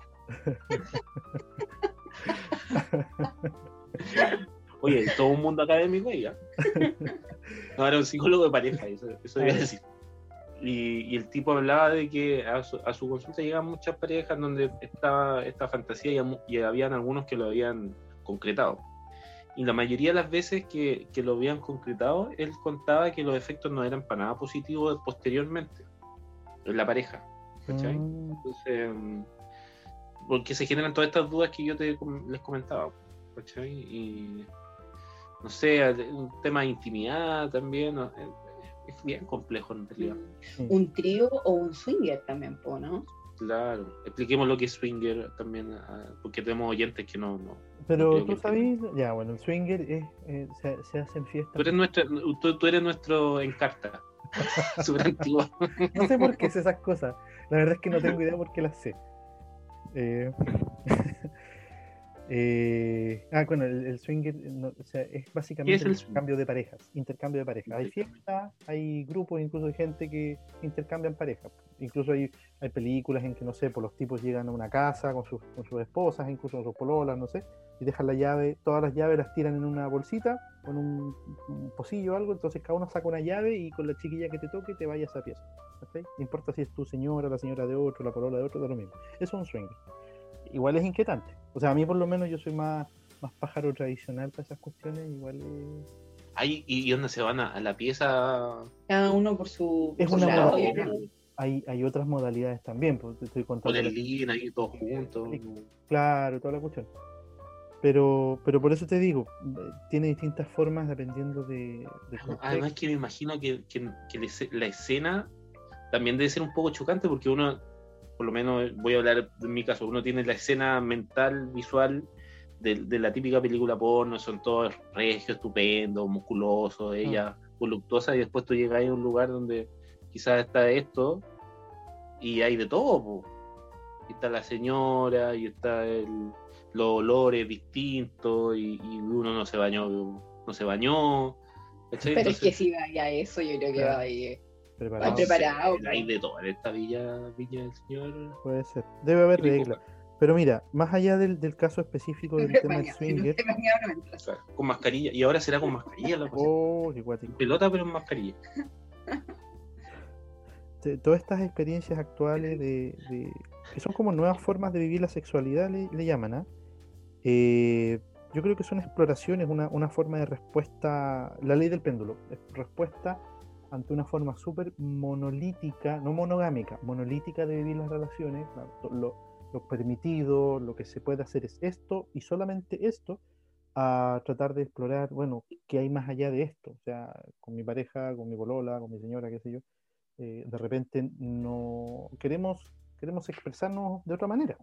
Oye, todo un mundo académico ahí, ¿eh? No, era un psicólogo de pareja, eso, eso iba a decir. Y, y el tipo hablaba de que a su, a su consulta llegaban muchas parejas donde estaba esta fantasía y, y habían algunos que lo habían concretado. Y la mayoría de las veces que, que lo habían concretado, él contaba que los efectos no eran para nada positivos posteriormente en la pareja. ¿Cachai? Mm. Entonces, porque se generan todas estas dudas que yo te, les comentaba. ¿Cachai? Y no sé, un tema de intimidad también. ¿No? Es bien complejo en realidad. Sí. Un trío o un swinger también, po, ¿no? Claro, expliquemos lo que es swinger también, porque tenemos oyentes que no. no Pero no tú sabes, ya, bueno, el swinger es, eh, se, se hacen fiestas. Tú eres, nuestra, tú, tú eres nuestro Encarta, súper antiguo. No sé por qué sé esas cosas. La verdad es que no tengo idea por qué las sé. Eh, eh, ah, bueno, el, el swinger no, o sea, es básicamente ¿Qué es el intercambio de parejas. Intercambio de parejas. Hay fiestas, hay grupos, incluso hay gente que intercambian parejas. Incluso hay, hay películas en que, no sé, pues los tipos llegan a una casa con sus, con sus esposas, incluso con sus pololas, no sé, y dejan la llave, todas las llaves las tiran en una bolsita, con un, un pocillo o algo, entonces cada uno saca una llave y con la chiquilla que te toque te vayas a esa pieza. ¿Okay? No importa si es tu señora, la señora de otro, la polola de otro, da lo mismo. Eso es un swinger. Igual es inquietante. O sea, a mí por lo menos yo soy más, más pájaro tradicional para esas cuestiones, igual es... Ay, ¿y dónde se van a, a la pieza? Cada uno por su, Es por una su lado. modalidad. ¿no? Hay, hay otras modalidades también, porque te estoy contando. Con la- el lin ahí todos juntos. Claro, toda la cuestión. Pero, pero por eso te digo, eh, tiene distintas formas dependiendo de, de Además que me imagino que, que, que la escena también debe ser un poco chocante porque uno, por lo menos voy a hablar de mi caso, uno tiene la escena mental, visual de, de la típica película porno, son todos regios, estupendos, musculosos, ella voluptuosa, y después tú llegas a un lugar donde quizás está esto y hay de todo, po. Y está la señora y está el, los olores distintos y, y uno no se bañó, no se bañó. ¿Cachai? Pero Entonces, es que si vaya eso, yo creo que Claro. va ahí. preparado. Va preparado. sí, hay de todo en esta villa, villa del señor. Puede ser. Debe haber Típico. reglas. Pero mira, más allá del, del caso específico del tema del Bañado. Si no swinger, te bañado, no entras. O sea, con mascarilla. Y ahora será con mascarilla la cosa. oh, qué guático. Pelota, pero en mascarilla. Te- todas estas experiencias actuales de, de- que son como nuevas formas de vivir la sexualidad, le, le llaman, ¿ah? Eh, yo creo que son exploraciones, una, una forma de respuesta, la ley del péndulo, es respuesta ante una forma súper monolítica, no monogámica, monolítica de vivir las relaciones. Lo, lo permitido, lo que se puede hacer es esto y solamente esto, a tratar de explorar, bueno, qué hay más allá de esto. O sea, con mi pareja, con mi polola, con mi señora, qué sé yo, eh, de repente no queremos, queremos expresarnos de otra manera.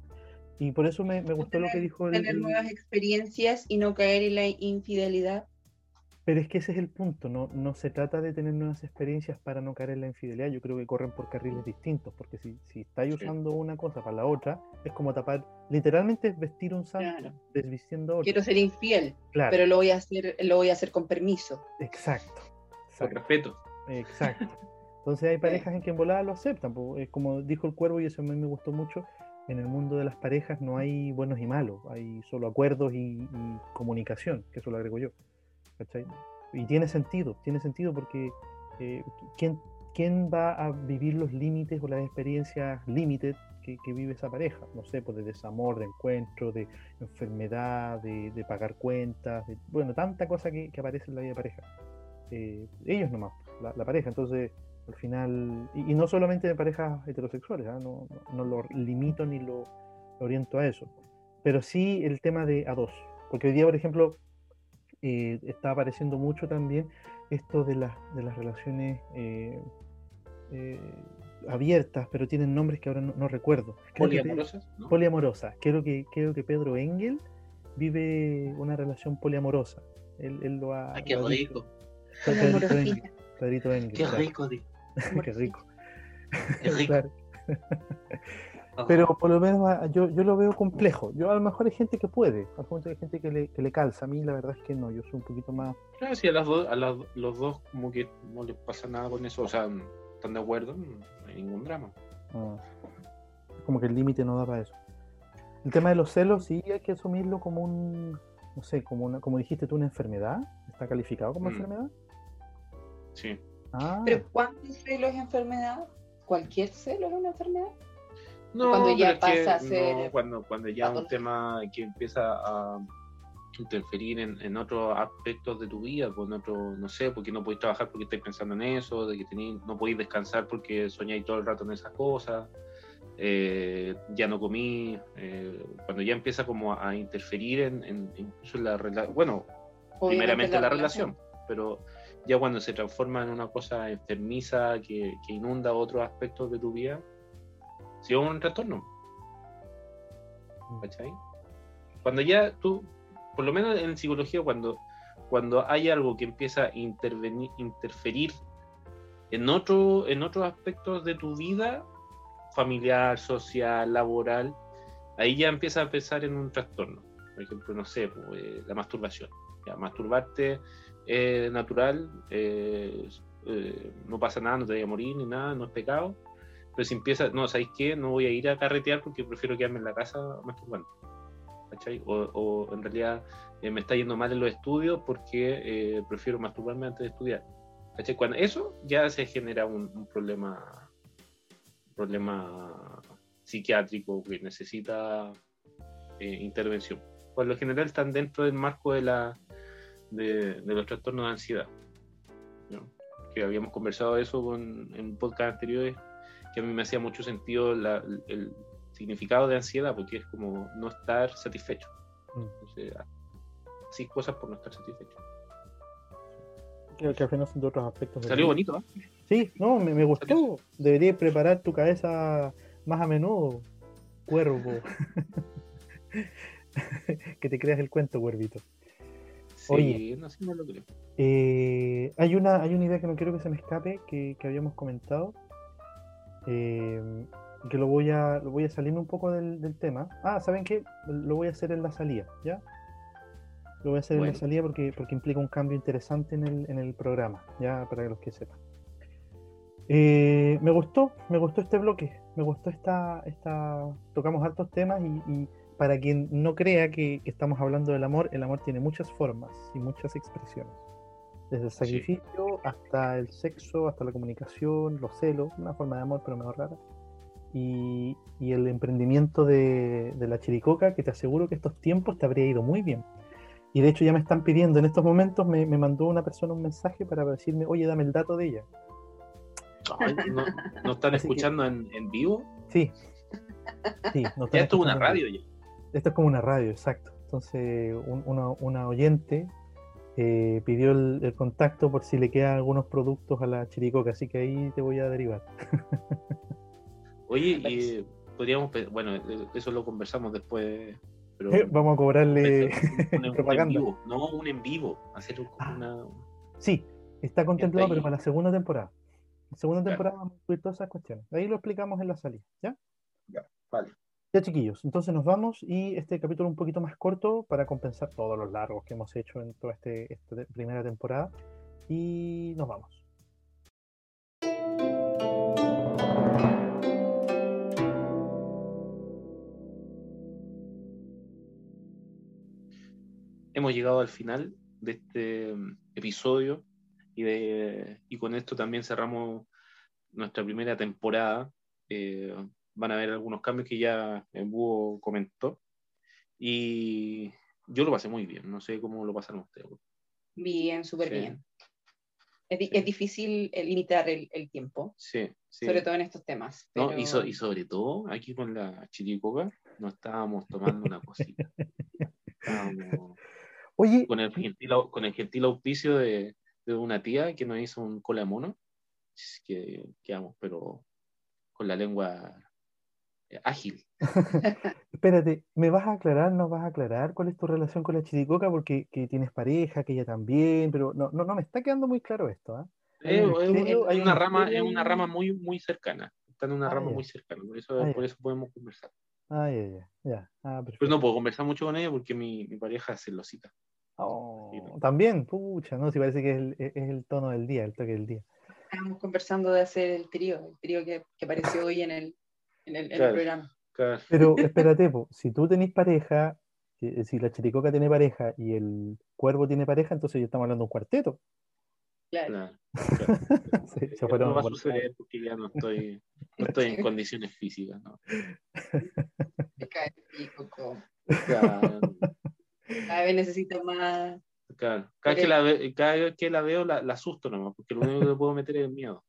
Y por eso me, me gustó lo que dijo el, Tener el- nuevas experiencias y no caer en la infidelidad. Pero es que ese es el punto, no, no se trata de tener nuevas experiencias para no caer en la infidelidad. Yo creo que corren por carriles distintos, porque si, si estáis Sí. usando una cosa para la otra, es como tapar, literalmente es vestir un santo Claro. desvistiendo otro. Quiero ser infiel, Claro, pero lo voy a hacer, lo voy a hacer con permiso. exacto, Con exacto, respeto. exacto. Entonces hay parejas en que en volada lo aceptan, po. Es como dijo el Cuervo, y eso a mí me gustó mucho, en el mundo de las parejas no hay buenos y malos, hay solo acuerdos y, y comunicación, que eso lo agrego yo, ¿cachai? Y tiene sentido, tiene sentido porque eh, ¿quién, ¿quién va a vivir los límites o las experiencias límites que, que vive esa pareja? No sé, pues de desamor, de encuentro, de enfermedad, de, de pagar cuentas, de, bueno, tanta cosa que, que aparece en la vida de pareja. Eh, ellos nomás, la, la pareja, entonces al final, y, y no solamente de parejas heterosexuales, ¿ah? no, no, no lo limito ni lo, lo oriento a eso, pero sí el tema de a dos, porque hoy día, por ejemplo, eh, está apareciendo mucho también esto de, las de las relaciones eh, eh, abiertas, pero tienen nombres que ahora no, no recuerdo. Creo que Pe- Poliamorosas, ¿no? poliamorosas. Creo que, creo que Pedro Engel vive una relación poliamorosa. Él, él lo ha. Ay, qué lo ha dicho. rico. Pedrito Poliamorosita. Engel. Pedrito Engel, Qué claro. rico, tío. Qué rico. Es rico. Claro. Oh. Pero por lo menos ah, yo, yo lo veo complejo. Yo a lo mejor hay gente que puede, a lo mejor hay gente que le, que le calza. A mí la verdad es que no, yo soy un poquito más... Claro, sí, a, las dos, a las- los dos como que no les pasa nada con eso, o sea, están de acuerdo, no hay ningún drama. ah, como que el límite no da para eso. El tema de los celos sí hay que asumirlo como un, no sé, como una, como dijiste tú, una enfermedad. ¿Está calificado como Mm. enfermedad? Sí. Ah, Pero ¿cuánto celo es enfermedad? ¿Cualquier celo es una enfermedad? No, Cuando ya pero es que pasa a ser no, cuando, cuando ya es un patológico. tema que empieza a interferir en, en otros aspectos de tu vida, con otro, no sé, porque no podéis trabajar porque estáis pensando en eso, de que tenéis, no podéis descansar porque soñáis todo el rato en esas cosas, eh, ya no comí, eh, cuando ya empieza como a interferir en, en incluso en la relación, bueno, Obviamente primeramente la relación, pero ya cuando se transforma en una cosa enfermiza que, que inunda otros aspectos de tu vida, si es un trastorno, ¿cachai? Cuando ya tú, por lo menos en psicología, cuando, cuando hay algo que empieza a intervenir, interferir en, otro, en otros aspectos de tu vida, familiar, social, laboral, ahí ya empieza a pensar en un trastorno. Por ejemplo, no sé, pues, eh, la masturbación. Ya, masturbarte es natural, eh, eh, no pasa nada, no te voy a morir ni nada, no es pecado. Pero si empiezas, no, ¿sabéis qué? No voy a ir a carretear porque prefiero quedarme en la casa masturbando. ¿Cachai? O, o en realidad eh, me está yendo mal en los estudios porque eh, prefiero masturbarme antes de estudiar. ¿Cachai? Cuando eso ya se genera un, un problema, un problema psiquiátrico que necesita eh, intervención. Por lo general están dentro del marco de, la, de, de los trastornos de ansiedad, ¿no? Que habíamos conversado eso con, en podcast anteriores, que a mí me hacía mucho sentido la, el, el significado de ansiedad, porque es como no estar satisfecho. Mm. Entonces, así cosas por no estar satisfecho. que, que al final son de otros aspectos. de Salió la vida. bonito, ¿eh? Sí, no, me, me gustó. Deberías preparar tu cabeza más a menudo, cuervo. Que te creas el cuento, cuervito. Sí, Oye. no sé, no lo creo. Eh, hay, una, hay una idea que no quiero que se me escape, que, que habíamos comentado, eh, que lo voy a, lo voy a salirme un poco del, del tema. Ah, ¿saben qué? Lo voy a hacer en la salida, ¿ya? Lo voy a hacer en Bueno. la salida porque, porque implica un cambio interesante en el, en el programa, ya para los que sepan. Eh, me gustó, me gustó este bloque, me gustó esta, esta... Tocamos altos temas y, y para quien no crea que, que estamos hablando del amor, el amor tiene muchas formas y muchas expresiones. Desde el sacrificio sí. hasta el sexo, hasta la comunicación, los celos, una forma de amor pero menos rara. Y, y el emprendimiento de, de la chiricoca, que te aseguro que estos tiempos te habría ido muy bien. Y de hecho ya me están pidiendo, en estos momentos me, me mandó una persona un mensaje para decirme, oye, dame el dato de ella. Ay, ¿no, ¿no están Así escuchando que... en, en vivo? Sí. Sí, no ya esto es una radio ya. Esto es como una radio, exacto. Entonces, un, una, una oyente eh, pidió el, el contacto por si le quedan algunos productos a la chiricoca, así que ahí te voy a derivar. Oye, y podríamos, bueno, eso lo conversamos después. Pero vamos a cobrarle un, un, propaganda. Un en vivo, no, un en vivo, hacer ah, una... Sí, está contemplado, pero para la segunda temporada. La segunda temporada claro. Vamos a incluir todas esas cuestiones. Ahí lo explicamos en la salida, ¿ya? Ya, vale. Ya, chiquillos, entonces nos vamos y este capítulo un poquito más corto para compensar todos los largos que hemos hecho en toda este, esta primera temporada. Y nos vamos. Hemos llegado al final de este episodio y, de, y con esto también cerramos nuestra primera temporada. Eh, van a haber algunos cambios que ya el Búho comentó y yo lo pasé muy bien, no sé cómo lo pasaron ustedes. Bien, súper sí. bien. Es, sí. es difícil limitar el, el tiempo, sí, sí. sobre todo en estos temas. Pero... No, y, so, y sobre todo aquí con la chiricoca nos estábamos tomando una cosita. Estábamos Oye, con el gentil, con el gentil auspicio de, de una tía que nos hizo un cola de mono, que quedamos, pero con la lengua ágil. Espérate, ¿me vas a aclarar, nos vas a aclarar cuál es tu relación con la chiricoca? Porque que tienes pareja, que ella también, pero no, no, no me está quedando muy claro esto, ¿eh? ¿eh? Es, un es, una rama, es una rama muy, muy cercana. está en una Ah, rama ya. muy cercana, por eso, Ah, ya. por eso podemos conversar. Ah, ya, ya, ya. Ah, Pero perfecto. no puedo conversar mucho con ella porque mi, mi pareja es celosita. Sí, no. Oh, también, pucha, ¿no? Si parece que es el, es es el tono del día, el toque del día. Estábamos conversando de hacer el trío, el trío que, que apareció hoy en el, en el, en el Claro, programa. claro. Pero espérate, po, si tú tenés pareja, eh, si la chiricoca tiene pareja y el cuervo tiene pareja, entonces ya estamos hablando de un cuarteto. Claro. Claro, claro. Sí, se Pero no fueron va a por la rama. suceder porque ya no estoy, no estoy en condiciones físicas, ¿no? Me cae el pico, co. Claro, Cada vez necesito más. claro. Cada vez que la, ve- cada vez que la veo la, la asusto nomás, porque lo único que le puedo meter es el miedo.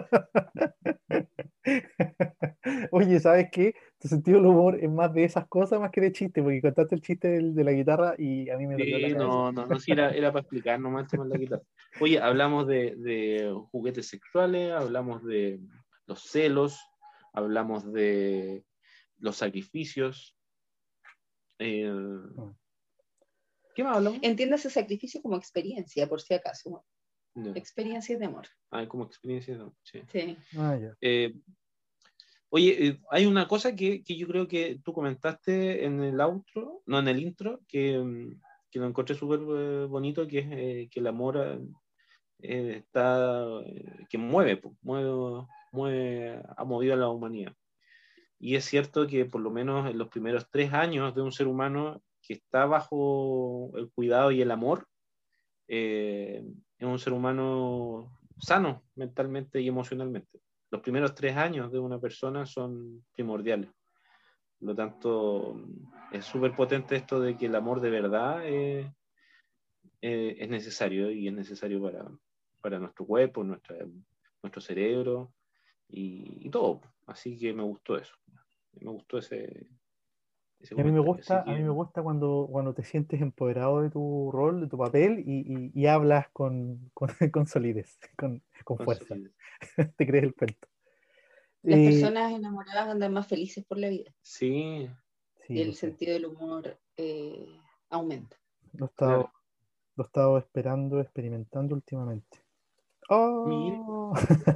Oye, ¿sabes qué? Tu sentido del humor es más de esas cosas más que de chiste, porque contaste el chiste del- de la guitarra y a mí me dolió la Sí, cabeza. no, no, no, sí, era, era para explicar nomás el tema de la guitarra. Oye, hablamos de, de juguetes sexuales, hablamos de los celos, hablamos de los sacrificios. eh, Mm. ¿Qué más hablamos? Entienda ese sacrificio como experiencia, por si acaso. No. Experiencias de amor. Ah, como experiencia, no, sí. Sí. Ah, ya. Eh, oye, eh, hay una cosa que, que yo creo que tú comentaste en el outro, no en el intro, que, mm, que lo encontré súper eh, bonito, que es eh, que el amor eh, está, eh, que mueve, po, mueve, mueve, ha movido a la humanidad. Y es cierto que por lo menos en los primeros tres años de un ser humano que está bajo el cuidado y el amor, eh, es un ser humano sano mentalmente y emocionalmente. Los primeros tres años de una persona son primordiales. Por lo tanto, es súper potente esto de que el amor de verdad eh, eh, es necesario y es necesario para, para nuestro cuerpo, nuestra, nuestro cerebro y, y todo. Así que me gustó eso. Me gustó ese, ese Y a mí me comentario. Así gusta, a mí me que, gusta cuando, cuando te sientes empoderado de tu rol, de tu papel y, y- y hablas con, con, con solidez, con, con fuerza. consolidar. Te crees el cuento. Las Eh, personas enamoradas andan más felices por la vida Sí, y sí, lo el sé. sentido del humor eh, aumenta. Lo he claro. estado, lo he estado esperando, experimentando últimamente. Mire, ¡Oh!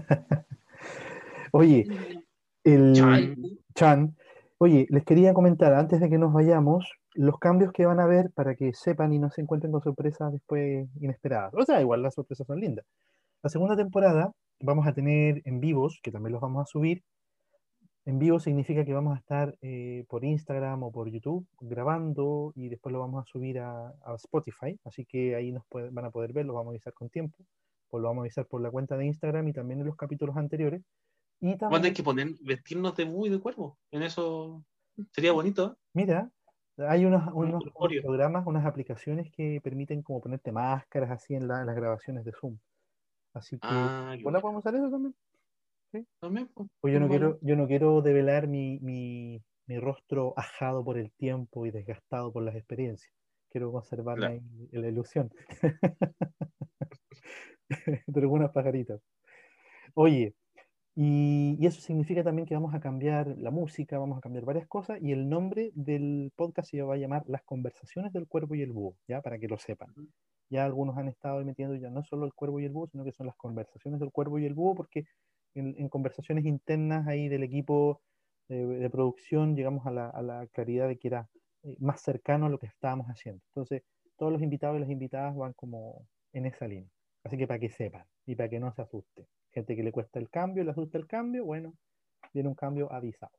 Oye, El, el el- Chan. Chan, oye, les quería comentar antes de que nos vayamos los cambios que van a haber para que sepan y no se encuentren con sorpresas después inesperadas. O sea, igual las sorpresas son lindas. La segunda temporada vamos a tener en vivos, que también los vamos a subir. En vivo significa que vamos a estar eh, por Instagram o por YouTube grabando y después lo vamos a subir a, a Spotify. Así que ahí nos puede- van a poder ver, los vamos a avisar con tiempo. Pues lo vamos a avisar por la cuenta de Instagram y también en los capítulos anteriores. Y Vamos a tener también, que poner, vestirnos de búho y de cuervo. En eso sería bonito, ¿eh? mira, hay unos, Un unos, unos corpóreo. programas, unas aplicaciones que permiten como ponerte máscaras así en, la- en las grabaciones de Zoom. Así que, Ah, qué hola, bueno. podemos usar eso también. ¿Sí? También, pues, Pues yo no es no malo. quiero, yo no quiero develar mi, mi, mi rostro ajado por el tiempo y desgastado por las experiencias. Quiero conservarme Claro. ahí en la ilusión de algunas pajaritas. Oye, y, y eso significa también que vamos a cambiar la música, vamos a cambiar varias cosas y el nombre del podcast se va a llamar Las Conversaciones del Cuervo y el Búho, ¿ya? Para que lo sepan. Ya algunos han estado metiendo ya no solo el Cuervo y el Búho, sino que son las conversaciones del Cuervo y el Búho, porque en, en conversaciones internas ahí del equipo de, de producción llegamos a la, a la claridad de que era eh, más cercano a lo que estábamos haciendo. Entonces, todos los invitados y las invitadas van como en esa línea. Así que para que sepan y para que no se asusten. Gente que le cuesta el cambio, le asusta el cambio, bueno, viene un cambio avisado.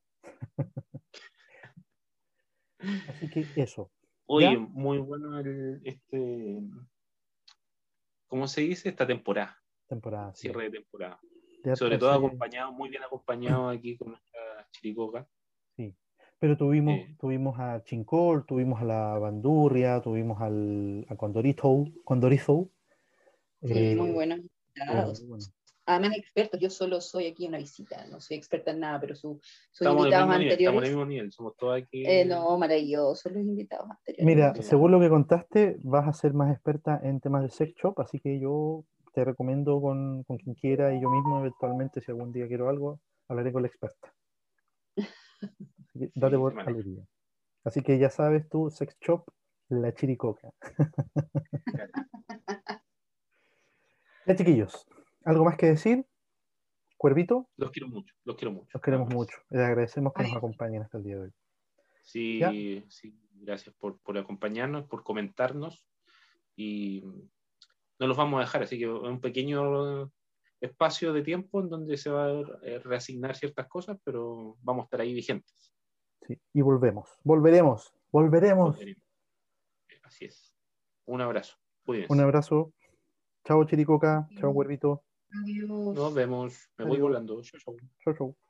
Así que eso, Oye, ¿ya? muy bueno el, este, ¿cómo se dice? Esta temporada, Temporada, sí. cierre de temporada. De Sobre harta todo serie, acompañado, muy bien acompañado aquí con nuestra chiricoca. sí. Pero tuvimos, Eh, tuvimos a Chincol, tuvimos a la Bandurria, tuvimos al, a Condorito, Condorizo. Sí, muy Eh, buenos estuvo muy invitados. bueno. Además, expertos, yo solo soy aquí una visita, no soy experta en nada, pero su- sus estamos en el invitados mismo nivel, estamos en el anteriores, mismo nivel, somos todos eh, aquí. no, maravillosos los invitados anteriores, Mira, de Sí. verdad. según lo que contaste, vas a ser más experta en temas de sex shop, así que yo te recomiendo con, con quien quiera y yo mismo eventualmente, si algún día quiero algo, hablaré con la experta. Así que date Sí, se por maneja. aludida. Así que ya sabes tú, sex shop, la chiricoca. Ya, chiquillos, ¿algo más que decir? Cuervito, Los quiero mucho, los quiero mucho. los queremos Nada más. mucho. Les agradecemos que nos Ay. acompañen hasta el día de hoy. Sí, ¿Ya? sí, gracias por, por acompañarnos, por comentarnos y no los vamos a dejar, así que un pequeño espacio de tiempo en donde se va a eh, reasignar ciertas cosas, pero vamos a estar ahí vigentes. Sí. Y volvemos. Volveremos. Volveremos. Volveremos. Así es. Un abrazo. Cuídense. Un abrazo. Chao, Chiricoca. Chao, Cuervito. Adiós. Nos vemos. Me voy Adiós. volando. Chau, chau. Chau, chau.